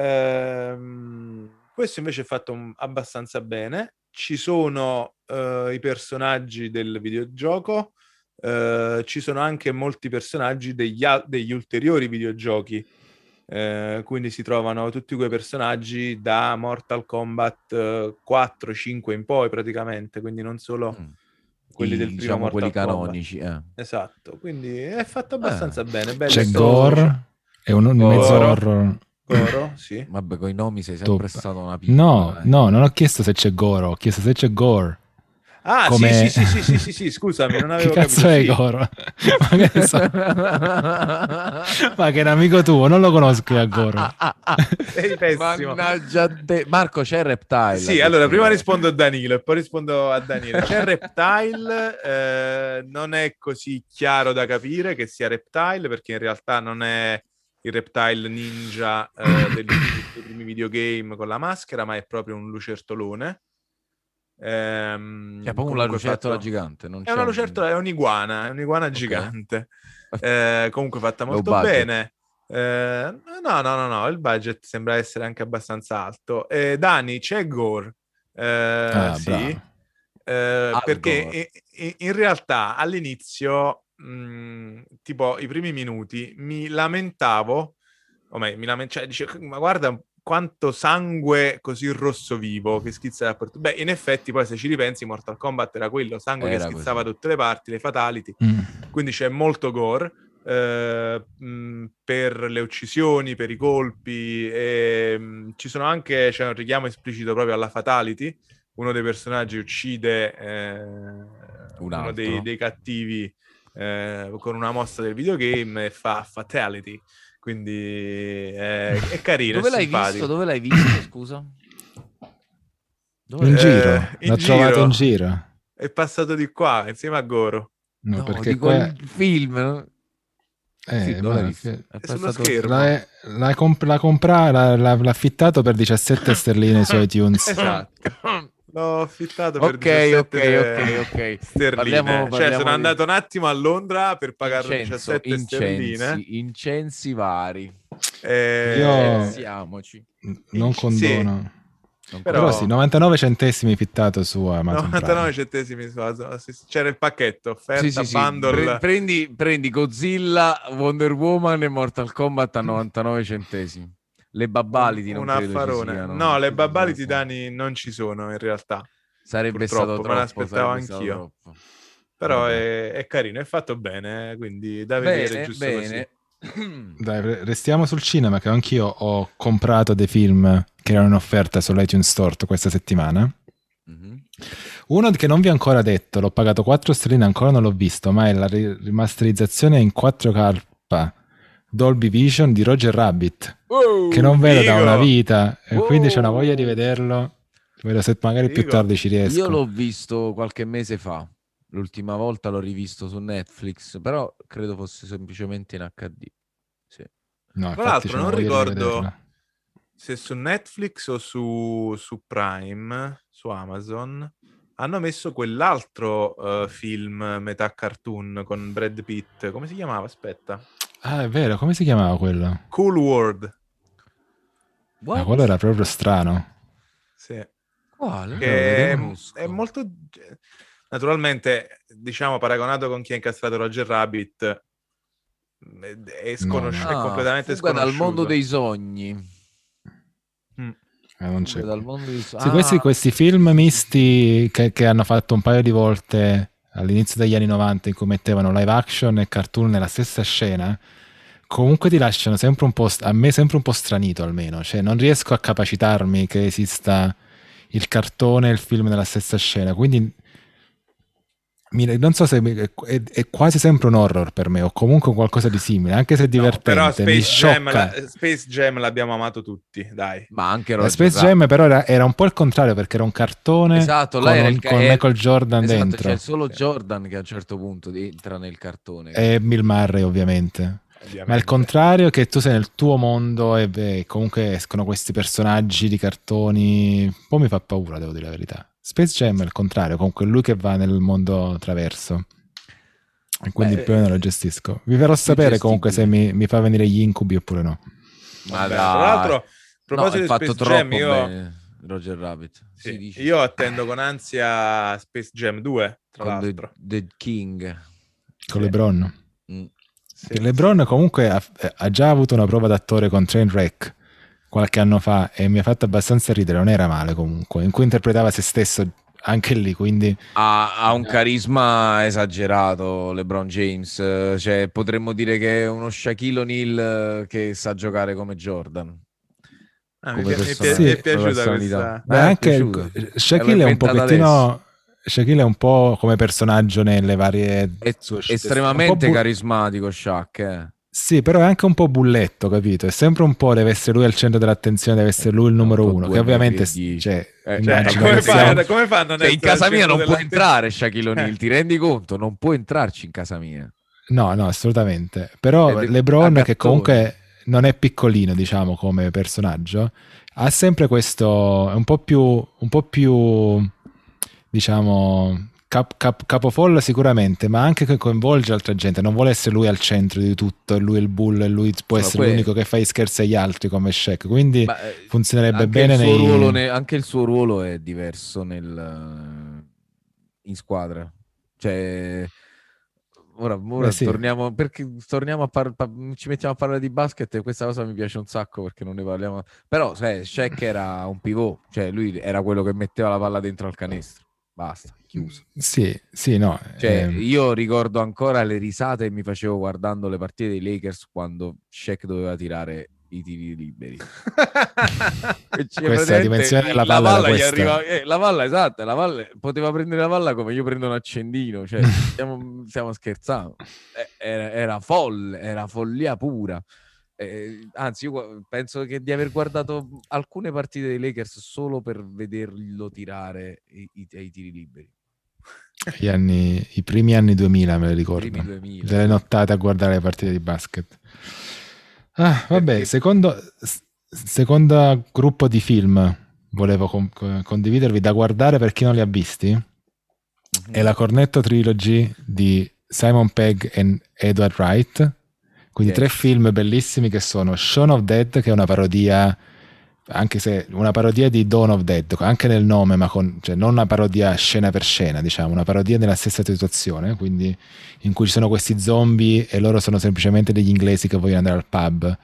Questo invece è fatto abbastanza bene. Ci sono i personaggi del videogioco, ci sono anche molti personaggi degli ulteriori videogiochi. Quindi si trovano tutti quei personaggi da Mortal Kombat 4, 5 in poi praticamente, quindi non solo quelli del primo diciamo Mortal quelli Kombat. canonici. Esatto, quindi è fatto abbastanza bene. C'è gore, è un mezzo horror. Goro, sì. Vabbè, con i nomi sei sempre stato una piccola. No, non ho chiesto se c'è Goro, ho chiesto se c'è gore. Ah, come... sì, scusami, non avevo capito. Che cazzo è Goro? Ma che è un amico tuo, non lo conosco io a Goro. Sei pessimo. Mannaggia te. Marco, c'è Reptile. Sì, allora prima rispondo a Danilo e poi rispondo a Daniele. C'è Reptile, non è così chiaro da capire che sia Reptile, perché in realtà non è il Reptile ninja dei primi videogame con la maschera, ma è proprio un lucertolone. È proprio una lucertola gigante. Non è una lucertola, è un'iguana okay. Gigante. Comunque fatta molto bene. No, il budget sembra essere anche abbastanza alto. Dani, c'è gore? Sì. perché in realtà all'inizio, tipo i primi minuti, mi lamentavo, cioè, dicevo, ma guarda quanto sangue così rosso vivo che schizza dappertutto. Beh, in effetti poi se ci ripensi Mortal Kombat era quello, sangue che schizzava da tutte le parti, le fatality, quindi c'è molto gore per le uccisioni, per i colpi, ci sono anche, c'è un richiamo esplicito proprio alla fatality. Uno dei personaggi uccide uno dei cattivi con una mossa del videogame e fa fatality. Quindi è carino. Dove l'hai visto? Dove l'hai visto? Scusa. In giro. L'ho trovato in giro. È passato di qua insieme a Goro. No, perché dico il film. Sì, è sullo schermo. L'ha affittato per 17 sterline su iTunes. Esatto. L'ho affittato per 17 sterline. Parliamo sono andato un attimo a Londra per pagarlo 17 sterline. Incensi vari. Io non condono. Sì. Però sì, 99 centesimi fittato su Amazon 99 centesimi su Amazon. C'era il pacchetto, offerta, bundle. Prendi Godzilla, Wonder Woman e Mortal Kombat a 99 centesimi. Le Babality non credo ci siano. No, le Babality Dani non ci sono in realtà. Sarebbe stato troppo. Me l'aspettavo anch'io. Però è carino, è fatto bene, quindi da vedere giusto bene. Così. Dai, restiamo sul cinema, che anch'io ho comprato dei film che erano in offerta sull'iTunes Store questa settimana. Uno che non vi ho ancora detto, l'ho pagato 4 sterline, ancora non l'ho visto, ma è la rimasterizzazione in 4K Dolby Vision di Roger Rabbit, che non vedo da una vita, e quindi c'è una voglia di vederlo. Vedo se magari più tardi ci riesco. Io l'ho visto qualche mese fa, l'ultima volta l'ho rivisto su Netflix, però credo fosse semplicemente in HD. Sì. No, tra l'altro non ricordo se su Netflix o su Prime, su Amazon, hanno messo quell'altro film metà cartoon con Brad Pitt. Come si chiamava? Aspetta. Ah, è vero, come si chiamava quello? Cool World. Ma quello era proprio strano. Sì. Quale? È molto... Naturalmente, diciamo, paragonato con chi ha incastrato Roger Rabbit, è completamente sconosciuto. Dal mondo dei sogni. Non c'è. Dal mondo dei sogni. Sì, questi film misti che hanno fatto un paio di volte all'inizio degli anni 90, in cui mettevano live action e cartoon nella stessa scena, comunque ti lasciano sempre un po', a me sempre un po' stranito almeno, cioè non riesco a capacitarmi che esista il cartone e il film nella stessa scena, quindi non so se è quasi sempre un horror per me, o comunque qualcosa di simile, anche se è divertente. Però mi sciocca. Space Jam l'abbiamo amato tutti, dai. Ma anche Space Jam però era un po' il contrario, perché era un cartone con Michael Jordan dentro. C'è solo Jordan che a un certo punto entra nel cartone. E Bill Murray ovviamente. Ma è il contrario, che tu sei nel tuo mondo e comunque escono questi personaggi di cartoni. Un po' mi fa paura, devo dire la verità. Space Jam è il contrario, comunque lui che va nel mondo traverso, e quindi più o meno lo gestisco. Vi farò sapere comunque se mi fa venire gli incubi oppure no. Ma tra l'altro, a proposito di Space Jam, Roger Rabbit. Sì, io attendo con ansia Space Jam 2, tra l'altro. The King. Con LeBron. Sì, LeBron comunque ha già avuto una prova d'attore con Trainwreck qualche anno fa e mi ha fatto abbastanza ridere, non era male comunque, in cui interpretava se stesso anche lì, quindi ha un carisma esagerato LeBron James, cioè potremmo dire che è uno Shaquille O'Neal che sa giocare come Jordan. Mi è piaciuta questa. Beh, anche Shaquille è un pochettino Shaquille è un po' come personaggio nelle varie estremamente carismatico Shaq. Sì, però è anche un po' bulletto, capito? È sempre un po', deve essere lui al centro dell'attenzione, deve essere lui il numero uno, che ovviamente come fanno in casa mia non può entrare Shaquille O'Neal, ti rendi conto? Non può entrarci in casa mia. No, assolutamente. Però LeBron, che comunque non è piccolino, diciamo, come personaggio, ha sempre questo, è un po' più diciamo capofolla sicuramente, ma anche che coinvolge altra gente, non vuole essere lui al centro di tutto, e lui è il bull e lui può essere l'unico che fa gli scherzi agli altri come Shaq, quindi funzionerebbe bene anche il suo ruolo è diverso in squadra. Cioè, ora sì. torniamo, perché torniamo ci mettiamo a parlare di basket e questa cosa mi piace un sacco perché non ne parliamo. Però, Shaq era un pivot, cioè lui era quello che metteva la palla dentro al canestro. Basta, chiuso. Sì, no. Cioè, io ricordo ancora le risate che mi facevo guardando le partite dei Lakers quando Shaq doveva tirare i tiri liberi. Questa è la dimensione della palla, la palla gli arriva, la palla, esatto, la palla, poteva prendere la palla come io prendo un accendino, cioè stiamo scherzando. Era folle, era follia pura. Anzi, io penso che di aver guardato alcune partite dei Lakers solo per vederlo tirare i tiri liberi. I primi anni 2000 me le ricordo. Primi 2000, delle nottate a guardare le partite di basket. Vabbè, secondo gruppo di film volevo condividervi da guardare per chi non li ha visti. È la Cornetto Trilogy di Simon Pegg e Edward Wright. Quindi 3 film bellissimi che sono Shaun of Dead, che è una parodia, anche se una parodia di Dawn of Dead, anche nel nome, ma cioè non una parodia scena per scena, diciamo, una parodia della stessa situazione, quindi in cui ci sono questi zombie e loro sono semplicemente degli inglesi che vogliono andare al pub.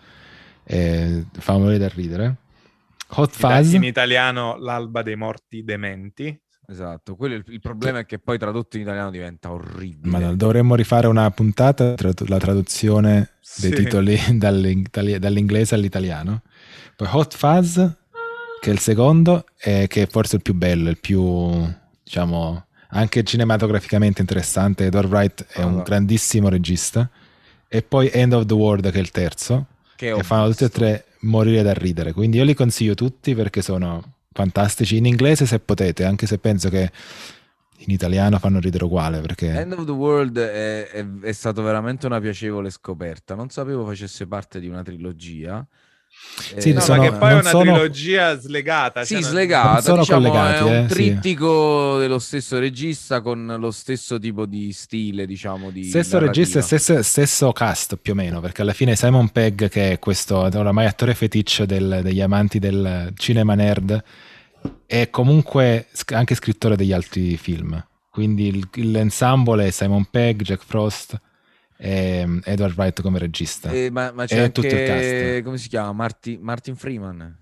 Fa morire da ridere. Hot Fuzz, in italiano L'alba dei morti dementi. Esatto, quello il problema è che poi tradotto in italiano diventa orribile. Ma no, dovremmo rifare una puntata la traduzione dei titoli dall'inglese all'italiano. Poi Hot Fuzz, che è il secondo, che è forse il più bello, il più, diciamo, anche cinematograficamente interessante. Edward Wright è un grandissimo regista. E poi End of the World, che è il terzo, che fanno tutti e 3 morire da ridere. Quindi io li consiglio tutti perché sono fantastici, in inglese se potete, anche se penso che in italiano fanno ridere uguale, perché End of the World è stato veramente una piacevole scoperta. Non sapevo facesse parte di una trilogia. Sì, ma che poi è una trilogia slegata. Sì, slegata, diciamo, collegati, è un trittico dello stesso regista con lo stesso tipo di stile, diciamo, di stesso narrativa. regista e stesso cast più o meno, perché alla fine Simon Pegg, che è questo oramai attore feticcio degli amanti del cinema nerd, è comunque anche scrittore degli altri film, quindi l'ensemble è Simon Pegg, Jack Frost e Edward Wright come regista. Ma c'è anche, tutto il cast. Come si chiama? Martin Freeman.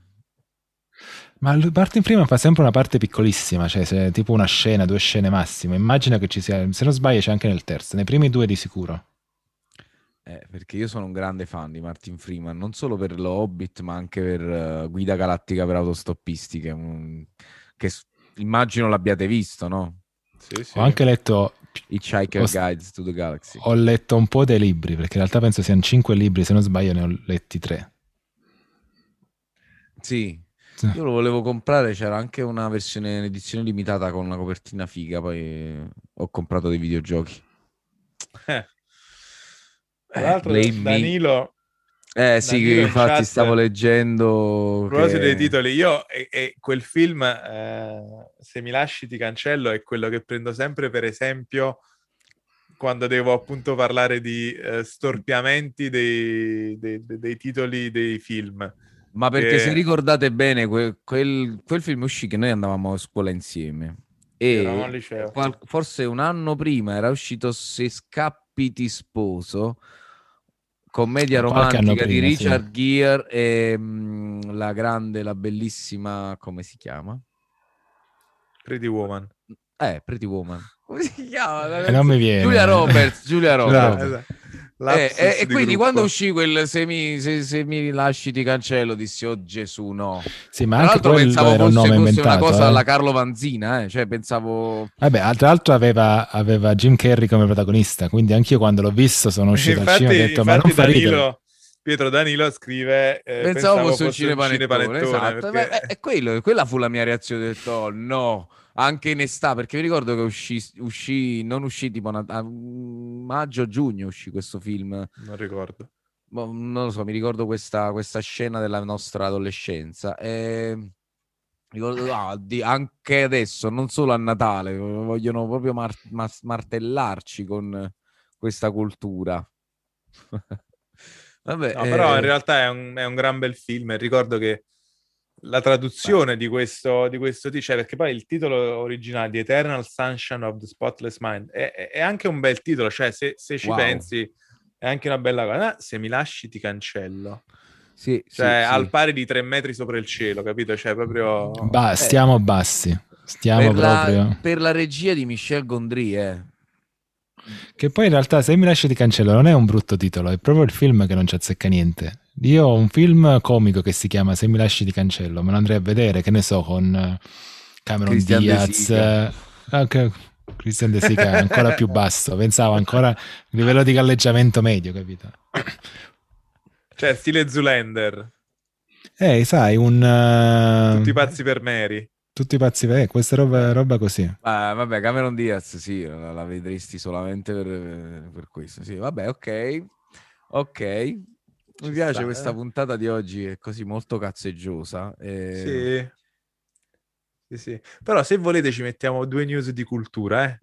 Ma Martin Freeman fa sempre una parte piccolissima, cioè tipo una scena, 2 scene massimo. Immagina che ci sia, se non sbaglio c'è anche nel terzo, nei primi 2 di sicuro. Perché io sono un grande fan di Martin Freeman, non solo per lo Hobbit, ma anche per Guida Galattica per autostoppisti, che immagino l'abbiate visto, no? Sì. Ho anche letto Hitchhiker Guides to the Galaxy. Ho letto un po' dei libri, perché in realtà penso siano 5 libri, se non sbaglio ne ho letti 3. Sì, io lo volevo comprare, c'era anche una versione in edizione limitata con una copertina figa, poi ho comprato dei videogiochi. Tra l'altro Danilo... sì, infatti stavo leggendo... A proposito dei titoli, io e quel film, Se mi lasci ti cancello, è quello che prendo sempre per esempio quando devo appunto parlare di storpiamenti dei titoli dei film. Ma perché se ricordate bene, quel film uscì che noi andavamo a scuola insieme. Eravamo al liceo. Forse un anno prima era uscito Se scappi ti sposo, commedia romantica di Richard Gere e la bellissima, come si chiama? Pretty Woman. Pretty Woman. Come si chiama? Non mi viene. Giulia Roberts. Esatto. E quindi quando uscì quel se mi lasci ti cancello, dissi oh Gesù no. Sì, ma tra l'altro pensavo fosse una cosa alla Carlo Vanzina, cioè pensavo... Vabbè, tra l'altro aveva Jim Carrey come protagonista, quindi anch'io quando l'ho visto sono uscito al cinema e ho detto ma non fa ridere. Pietro Danilo scrive pensavo fosse un cinepanettone, esatto. Perché... quella fu la mia reazione, ho detto oh, no. Anche in estate, perché mi ricordo che non uscì tipo maggio-giugno uscì questo film. Non ricordo. Non lo so, mi ricordo questa scena della nostra adolescenza. Ricordo, anche adesso, non solo a Natale, vogliono proprio martellarci con questa cultura. Vabbè, no, però in realtà è un gran bel film e ricordo che la traduzione di questo cioè, perché poi il titolo originale di Eternal Sunshine of the Spotless Mind è anche un bel titolo, cioè se ci pensi è anche una bella cosa. Se mi lasci ti cancello. Sì, cioè sì, al pari di 3 metri sopra il cielo, capito? Cioè proprio... stiamo bassi. Stiamo proprio... Per la regia di Michel Gondry, Che poi in realtà Se mi lasci ti cancello non è un brutto titolo, è proprio il film che non ci azzecca niente. Io ho un film comico che si chiama Se mi lasci ti cancello, me lo andrei a vedere, che ne so, con Cameron Christian Diaz. Christian De Sica ancora più basso, pensavo ancora a livello di galleggiamento medio, capito? Cioè stile Zoolander. Sai, tutti pazzi per Mary. Tutti pazzi per questa roba così. Vabbè, Cameron Diaz, sì, la vedresti solamente per questo. Sì, vabbè, ok. Mi piace questa puntata di oggi, è così molto cazzeggiosa. Sì. Però se volete ci mettiamo 2 news di cultura,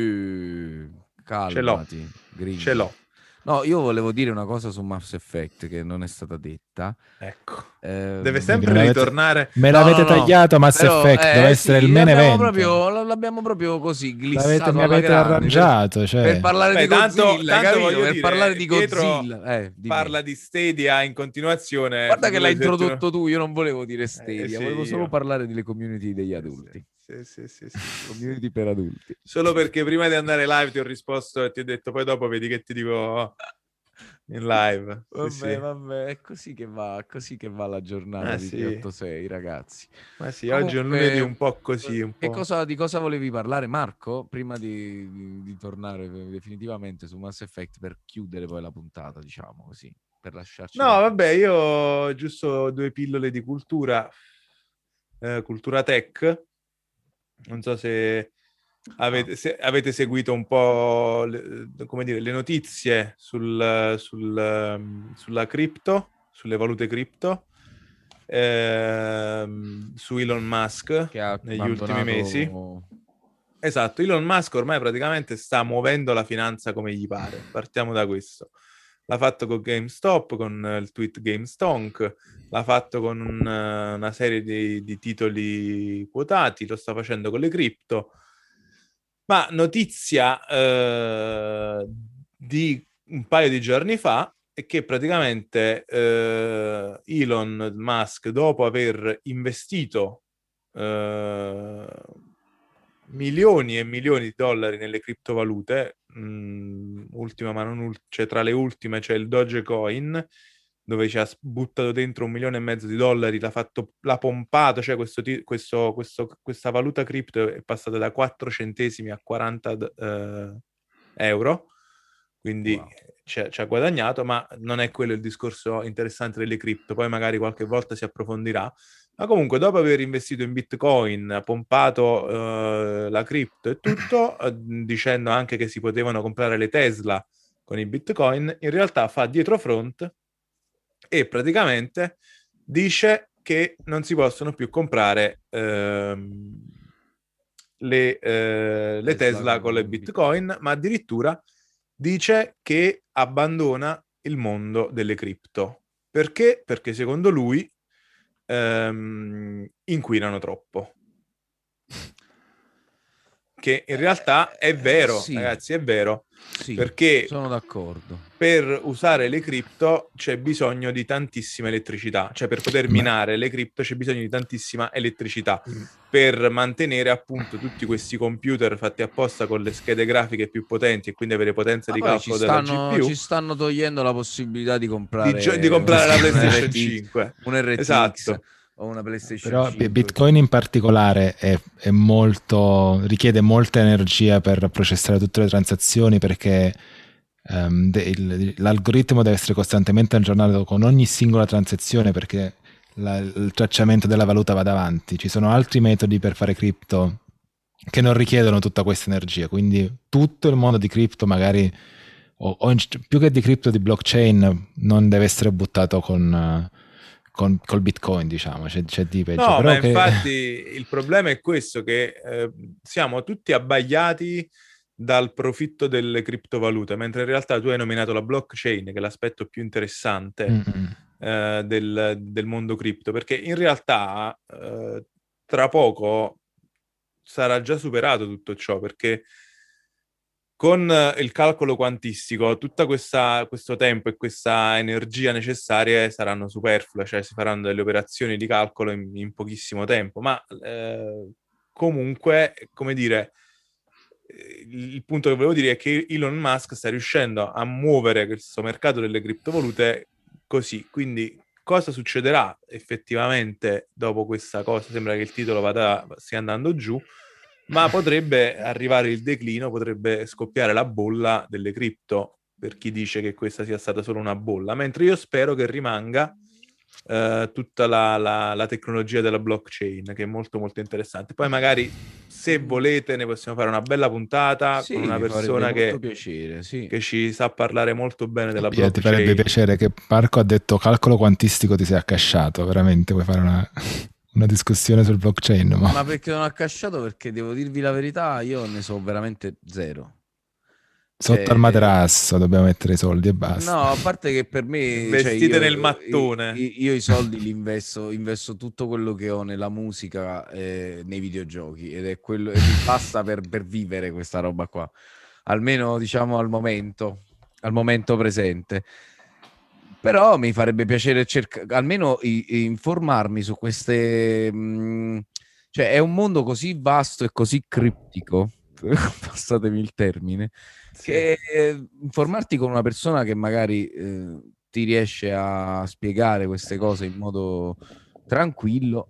calmati, Ce l'ho. No, io volevo dire una cosa su Mass Effect che non è stata detta. Ecco. Deve sempre ritornare. Me l'avete tagliato Mass Effect, deve essere il main event. L'abbiamo proprio così glissato. Mi avete arrangiato. Per parlare di Godzilla, tanto per parlare di Godzilla. Parla di Stadia in continuazione. Guarda che l'hai introdotto tu, io non volevo dire Stadia, volevo solo parlare delle community degli adulti. Sì. Community per adulti. Solo perché prima di andare live ti ho risposto e ti ho detto poi dopo vedi che ti dico in live. Vabbè, è così che va la giornata di 386, ragazzi. Ma sì, comunque, oggi è un lunedì un po' così. Di cosa volevi parlare, Marco? Prima di tornare definitivamente su Mass Effect per chiudere poi la puntata, diciamo così, per lasciarci... No, vabbè, io ho giusto 2 pillole di cultura tech. Non so se avete seguito un po' le notizie sulla cripto, sulle valute cripto, su Elon Musk negli ultimi mesi. Esatto, Elon Musk ormai praticamente sta muovendo la finanza come gli pare. Partiamo da questo. L'ha fatto con GameStop, con il tweet GameStonk, l'ha fatto con una serie di titoli quotati, lo sta facendo con le cripto. Ma notizia di un paio di giorni fa è che praticamente Elon Musk, dopo aver investito milioni e milioni di dollari nelle criptovalute, ultima ma non cioè tra le ultime c'è il Dogecoin, dove ci ha buttato dentro $1,5 milioni, l'ha pompato, cioè questa valuta cripto è passata da 4 centesimi a 40 euro, quindi ci ha guadagnato, ma non è quello il discorso interessante delle cripto, poi magari qualche volta si approfondirà. Ma comunque, dopo aver investito in Bitcoin, pompato la cripto e tutto, dicendo anche che si potevano comprare le Tesla con i Bitcoin, in realtà fa dietro front e praticamente dice che non si possono più comprare le Tesla con le Bitcoin, ma addirittura dice che abbandona il mondo delle cripto. Perché? Perché secondo lui inquinano troppo. Che in realtà è vero, sì. Ragazzi, è vero. Sì, perché sono d'accordo. Per usare le cripto c'è bisogno di tantissima elettricità, cioè per poter minare le cripto c'è bisogno di tantissima elettricità per mantenere appunto tutti questi computer fatti apposta con le schede grafiche più potenti e quindi avere potenza di calcolo della GPU. Ci stanno togliendo la possibilità di comprare di comprare la PlayStation 5, un RTX, esatto, o una PlayStation però 5. Bitcoin in particolare è molto, richiede molta energia per processare tutte le transazioni, perché l'algoritmo deve essere costantemente aggiornato con ogni singola transazione, perché il tracciamento della valuta va avanti. Ci sono altri metodi per fare cripto che non richiedono tutta questa energia, quindi tutto il mondo di cripto magari più che di cripto, di blockchain, non deve essere buttato col Bitcoin, diciamo, c'è di peggio. No, però ma infatti il problema è questo, che siamo tutti abbagliati dal profitto delle criptovalute, mentre in realtà tu hai nominato la blockchain, che è l'aspetto più interessante del mondo cripto, perché in realtà tra poco sarà già superato tutto ciò, perché con il calcolo quantistico tutto questo tempo e questa energia necessarie saranno superflue, cioè si faranno delle operazioni di calcolo in pochissimo tempo, ma comunque, come dire, il punto che volevo dire è che Elon Musk sta riuscendo a muovere questo mercato delle criptovalute così, quindi cosa succederà effettivamente dopo questa cosa? Sembra che il titolo stia andando giù, ma potrebbe arrivare il declino, potrebbe scoppiare la bolla delle cripto, per chi dice che questa sia stata solo una bolla, mentre io spero che rimanga tutta la tecnologia della blockchain, che è molto molto interessante. Poi magari, se volete, ne possiamo fare una bella puntata con una persona che ci sa parlare molto bene della blockchain. Ti farebbe piacere che Marco ha detto calcolo quantistico, ti sei accasciato, veramente vuoi fare una discussione sul blockchain? Ma perché non ho accasciato? Perché devo dirvi la verità, io ne so veramente zero. Sotto al materasso dobbiamo mettere i soldi e basta. No, a parte che per me investite nel mattone. Io i soldi li investo tutto quello che ho nella musica e nei videogiochi, ed è quello, e mi basta per vivere questa roba qua, almeno diciamo al momento presente. Però mi farebbe piacere almeno informarmi su queste cioè è un mondo così vasto e così criptico, passatemi il termine, che informarti con una persona che magari ti riesce a spiegare queste cose in modo tranquillo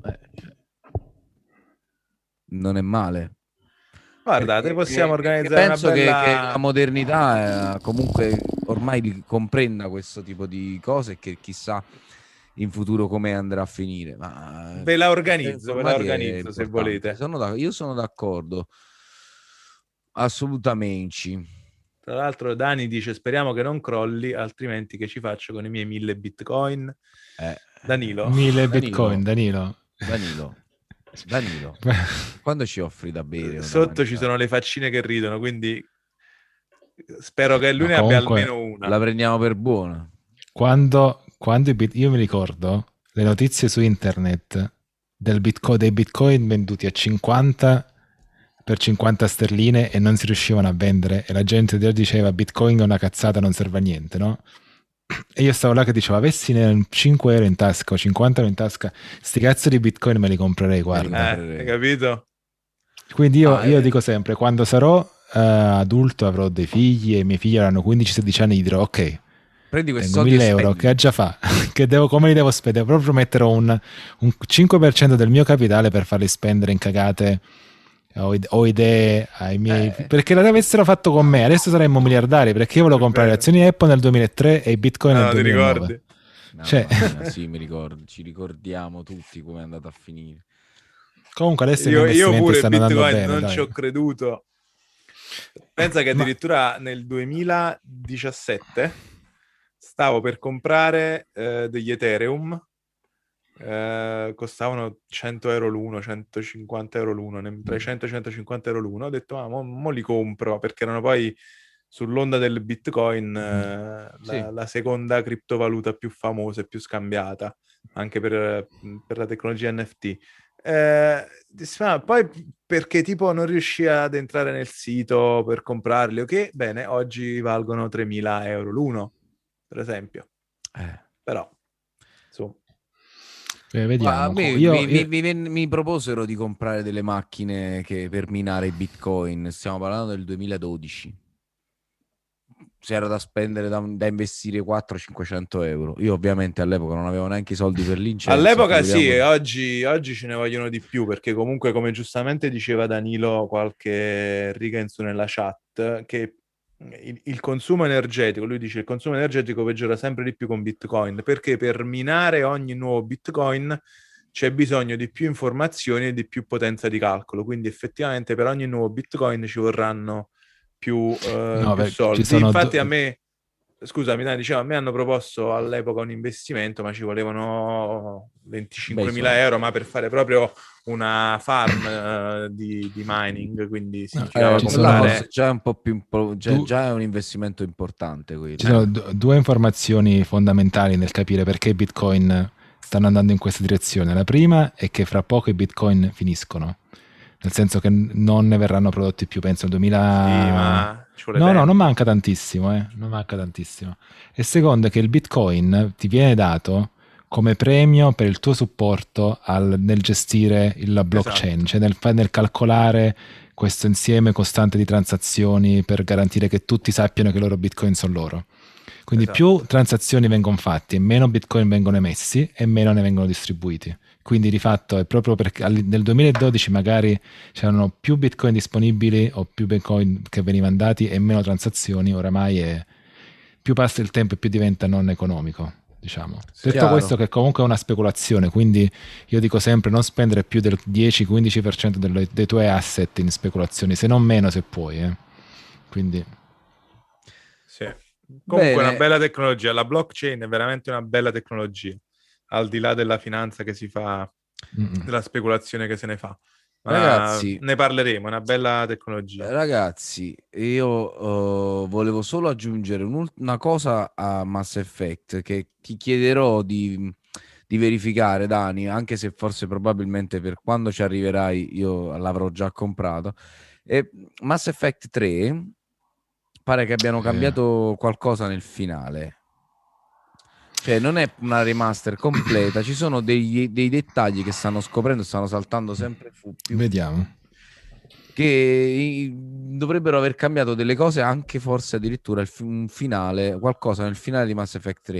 non è male. Guardate, possiamo organizzare penso una bella... che la modernità comunque ormai comprenda questo tipo di cose e che chissà in futuro come andrà a finire. Ma ve la organizzo se volete. Io sono d'accordo. Assolutamente. Tra l'altro Dani dice speriamo che non crolli, altrimenti che ci faccio con i miei 1000 bitcoin. Danilo. 1000 bitcoin, Danilo. Quando ci offri da bere? Sotto ci sono le faccine che ridono, quindi spero che lui ne abbia almeno una. La prendiamo per buona. Quando io mi ricordo le notizie su internet dei bitcoin venduti a 50 per 50 sterline e non si riuscivano a vendere, e la gente diceva bitcoin è una cazzata, non serve a niente, no? E io stavo là che dicevo avessi 5 euro in tasca o 50 euro in tasca, sti cazzo di bitcoin me li comprerei, guarda. Hai capito? Quindi io dico sempre, quando sarò adulto, avrò dei figli e i miei figli avranno 15-16 anni, gli dirò ok, prendi questi soldi 1000 euro, che già fa? Come li devo spendere? Proprio metterò un 5% del mio capitale per farli spendere in cagate o idee ai miei, perché l'avessero fatto con me adesso saremmo miliardari, perché io volevo comprare le azioni Apple nel 2003 e i bitcoin nel 2009. Sì, mi ricordo, ci ricordiamo tutti come è andato a finire. Comunque adesso io pure bitcoin non ci ho creduto. Pensa che addirittura nel 2017 stavo per comprare degli Ethereum, costavano 100 euro l'uno, 150 euro l'uno, tra i 100 e 150 euro l'uno. Ho detto mo li compro, perché erano poi sull'onda del Bitcoin la seconda criptovaluta più famosa e più scambiata anche per la tecnologia NFT. Poi perché tipo non riuscii ad entrare nel sito per comprarli, ok? Bene, oggi valgono 3.000 euro l'uno, per esempio. Però insomma, vediamo. Mi proposero di comprare delle macchine per minare i bitcoin. Stiamo parlando del 2012. C'era da spendere, da investire 400-500 euro. Io ovviamente all'epoca non avevo neanche i soldi per l'incenso. All'epoca sì, e oggi ce ne vogliono di più, perché comunque, come giustamente diceva Danilo qualche riga in su nella chat, che il consumo energetico, lui dice il consumo energetico peggiora sempre di più con Bitcoin, perché per minare ogni nuovo Bitcoin c'è bisogno di più informazioni e di più potenza di calcolo, quindi effettivamente per ogni nuovo Bitcoin ci vorranno più soldi. Infatti a me scusami, dai, diciamo, a me hanno proposto all'epoca un investimento, ma ci volevano 25.000 euro, ma per fare proprio una farm di mining, quindi significava comprare... già un po' più già è un investimento importante quello. Ci sono due informazioni fondamentali nel capire perché i Bitcoin stanno andando in questa direzione. La prima è che fra poco i Bitcoin finiscono, nel senso che non ne verranno prodotti più, penso, nel 2000... Sì, ma ci vuole no, tempo. non manca tantissimo, non manca tantissimo. E secondo è che il Bitcoin ti viene dato come premio per il tuo supporto nel gestire la blockchain, esatto. Cioè nel calcolare questo insieme costante di transazioni per garantire che tutti sappiano che i loro Bitcoin sono loro. Quindi esatto. Più transazioni vengono fatte, meno Bitcoin vengono emessi e meno ne vengono distribuiti. Quindi di fatto è proprio perché nel 2012 magari c'erano più Bitcoin disponibili o più Bitcoin che venivano dati e meno transazioni, oramai più passa il tempo e più diventa non economico. Diciamo. Detto questo, che comunque è una speculazione, quindi io dico sempre non spendere più del 10-15% dei tuoi asset in speculazioni, se non meno se puoi. Quindi sì. Comunque è una bella tecnologia, la blockchain è veramente una bella tecnologia, al di là della finanza che si fa, della speculazione che se ne fa. Ma ragazzi, ne parleremo, è una bella tecnologia. Ragazzi, io volevo solo aggiungere una cosa a Mass Effect che ti chiederò di verificare, Dani, anche se forse probabilmente per quando ci arriverai io l'avrò già comprato. Mass Effect 3 pare che abbiano cambiato qualcosa nel finale. Cioè non è una remaster completa, ci sono dei dettagli che stanno scoprendo, stanno saltando sempre più. Vediamo. Che dovrebbero aver cambiato delle cose, anche forse addirittura un finale, qualcosa nel finale di Mass Effect 3.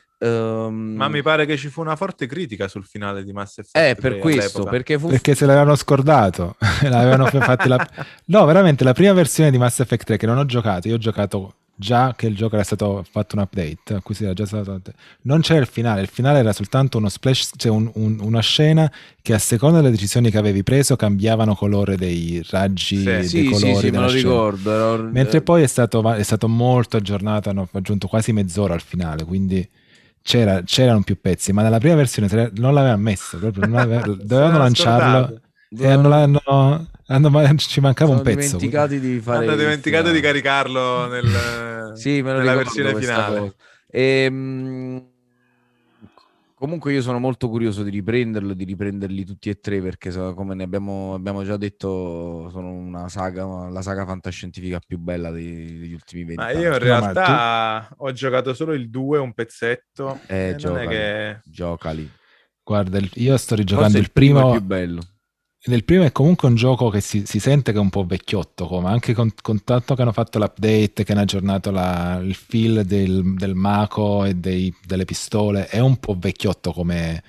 Ma mi pare che ci fu una forte critica sul finale di Mass Effect 3 per questo, all'epoca. perché se l'avevano scordato. L'avevano fatti No, veramente, la prima versione di Mass Effect 3 che non ho giocato, io ho giocato già che il gioco era stato fatto un update, a cui si era già stato... non c'era il finale era soltanto uno splash, cioè una scena che a seconda delle decisioni che avevi preso cambiavano colore dei raggi, dei colori. Sì, me lo ricordo. Mentre poi è stato molto aggiornato, hanno aggiunto quasi mezz'ora al finale, quindi c'erano più pezzi, ma nella prima versione non l'avevano messo, proprio dovevano lanciarlo e ci mancava un pezzo. Hanno dimenticato di caricarlo nella versione finale. Comunque io sono molto curioso di riprenderli tutti e tre, perché come ne abbiamo già detto sono la saga fantascientifica più bella degli ultimi 20 anni. Ma io in realtà ho giocato solo il 2, un pezzetto. Giocali. Guarda, io sto rigiocando il primo. È più bello. Nel primo è comunque un gioco che si sente che è un po' vecchiotto, come anche con tanto che hanno fatto l'update, che hanno aggiornato il feel del Mako e delle pistole, è un po' vecchiotto come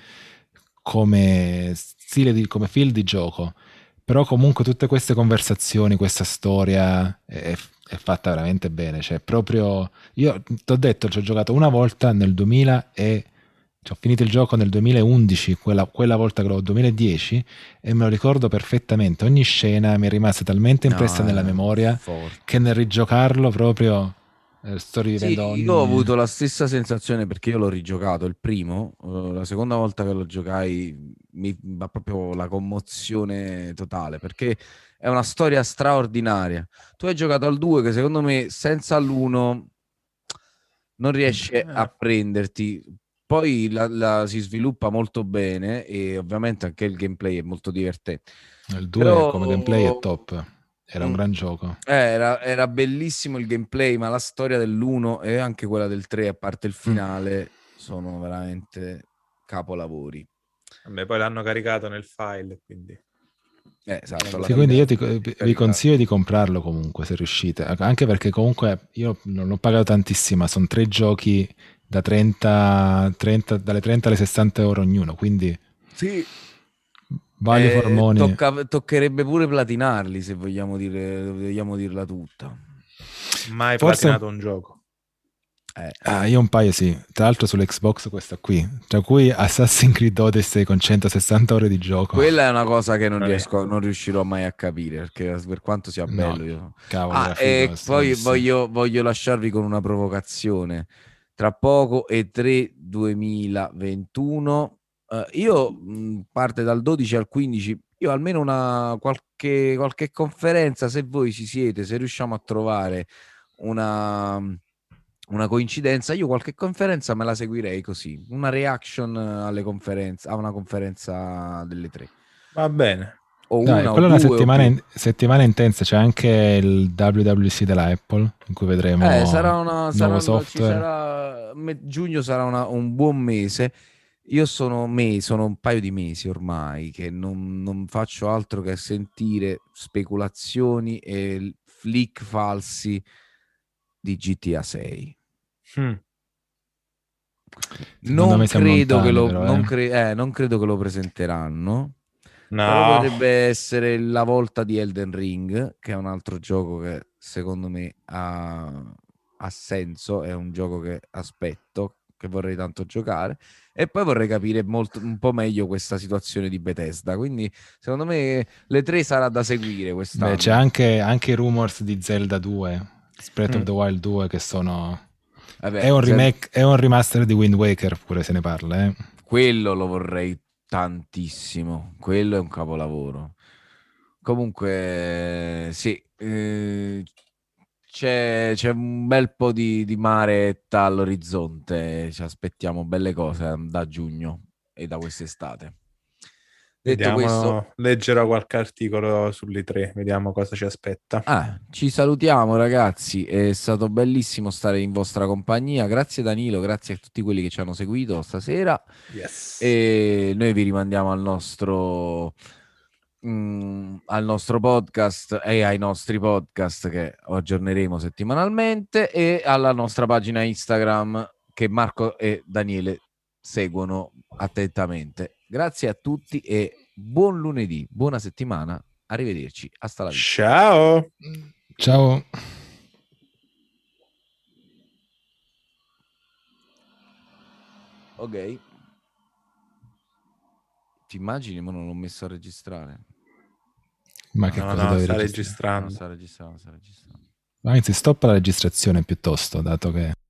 stile come feel di gioco, però comunque tutte queste conversazioni, questa storia è fatta veramente bene, cioè proprio, io ti ho detto, ci ho giocato una volta nel 2000 e ho finito il gioco nel 2011, quella volta che l'ho 2010, e me lo ricordo perfettamente. Ogni scena mi è rimasta talmente impressa nella memoria che nel rigiocarlo proprio sto rivivendo. Io ho avuto la stessa sensazione, perché io l'ho rigiocato il primo, la seconda volta che lo giocai mi va proprio la commozione totale, perché è una storia straordinaria. Tu hai giocato al 2 che secondo me senza l'1 non riesce a prenderti. Poi si sviluppa molto bene e ovviamente anche il gameplay è molto divertente. Il 2 come gameplay è top, era un gran gioco. Era bellissimo il gameplay, ma la storia dell'1 e anche quella del 3, a parte il finale, sono veramente capolavori. Vabbè, poi l'hanno caricato nel file, quindi... Esatto, sì, quindi io vi consiglio di comprarlo comunque, se riuscite, anche perché comunque io non l'ho pagato tantissimo, sono 3 giochi da dalle 30 alle 60 euro ognuno, quindi sì, vale formoni. Toccherebbe pure platinarli, se vogliamo dirla tutta. Mai platinato un gioco. Io un paio sì, tra l'altro sull'Xbox questa qui, tra cui Assassin's Creed Odyssey con 160 ore di gioco. Quella è una cosa che non riuscirò mai a capire, perché per quanto sia bello io... Cavolo, e poi voglio lasciarvi con una provocazione. Tra poco E3 2021, io parte dal 12 al 15, io almeno qualche conferenza, se voi ci siete, se riusciamo a trovare una coincidenza, io qualche conferenza me la seguirei così, una reaction alle conferenze, a una conferenza delle 3. Va bene. O dai, una quella o è una due, settimana intensa, c'è anche il WWC della Apple in cui vedremo nuovo software. Giugno sarà un buon mese. Io sono un paio di mesi ormai che non faccio altro che sentire speculazioni e leak falsi di GTA 6. Non credo che lo presenteranno. No. Però potrebbe essere la volta di Elden Ring, che è un altro gioco che secondo me ha senso, è un gioco che aspetto, che vorrei tanto giocare, e poi vorrei capire un po' meglio questa situazione di Bethesda, quindi secondo me le 3 sarà da seguire quest'anno. C'è anche i rumors di Zelda 2, Breath of the Wild 2, che sono... è un remake, è un remaster di Wind Waker, pure se ne parla. Quello lo vorrei tantissimo, quello è un capolavoro. Comunque sì, c'è un bel po' di maretta all'orizzonte, ci aspettiamo belle cose da giugno e da quest'estate. Detto questo, leggerò qualche articolo sulle 3, vediamo cosa ci aspetta. Ci salutiamo ragazzi, è stato bellissimo stare in vostra compagnia, grazie Danilo, grazie a tutti quelli che ci hanno seguito stasera. Yes. E noi vi rimandiamo al nostro podcast e ai nostri podcast che aggiorneremo settimanalmente, e alla nostra pagina Instagram che Marco e Daniele seguono attentamente. Grazie a tutti e buon lunedì, buona settimana, arrivederci, hasta la vista. Ciao. Ok, ti immagini? Ma non l'ho messo a registrare. Ma che cosa devi registrare? No, sta registrando. Anzi, stoppa la registrazione piuttosto, dato che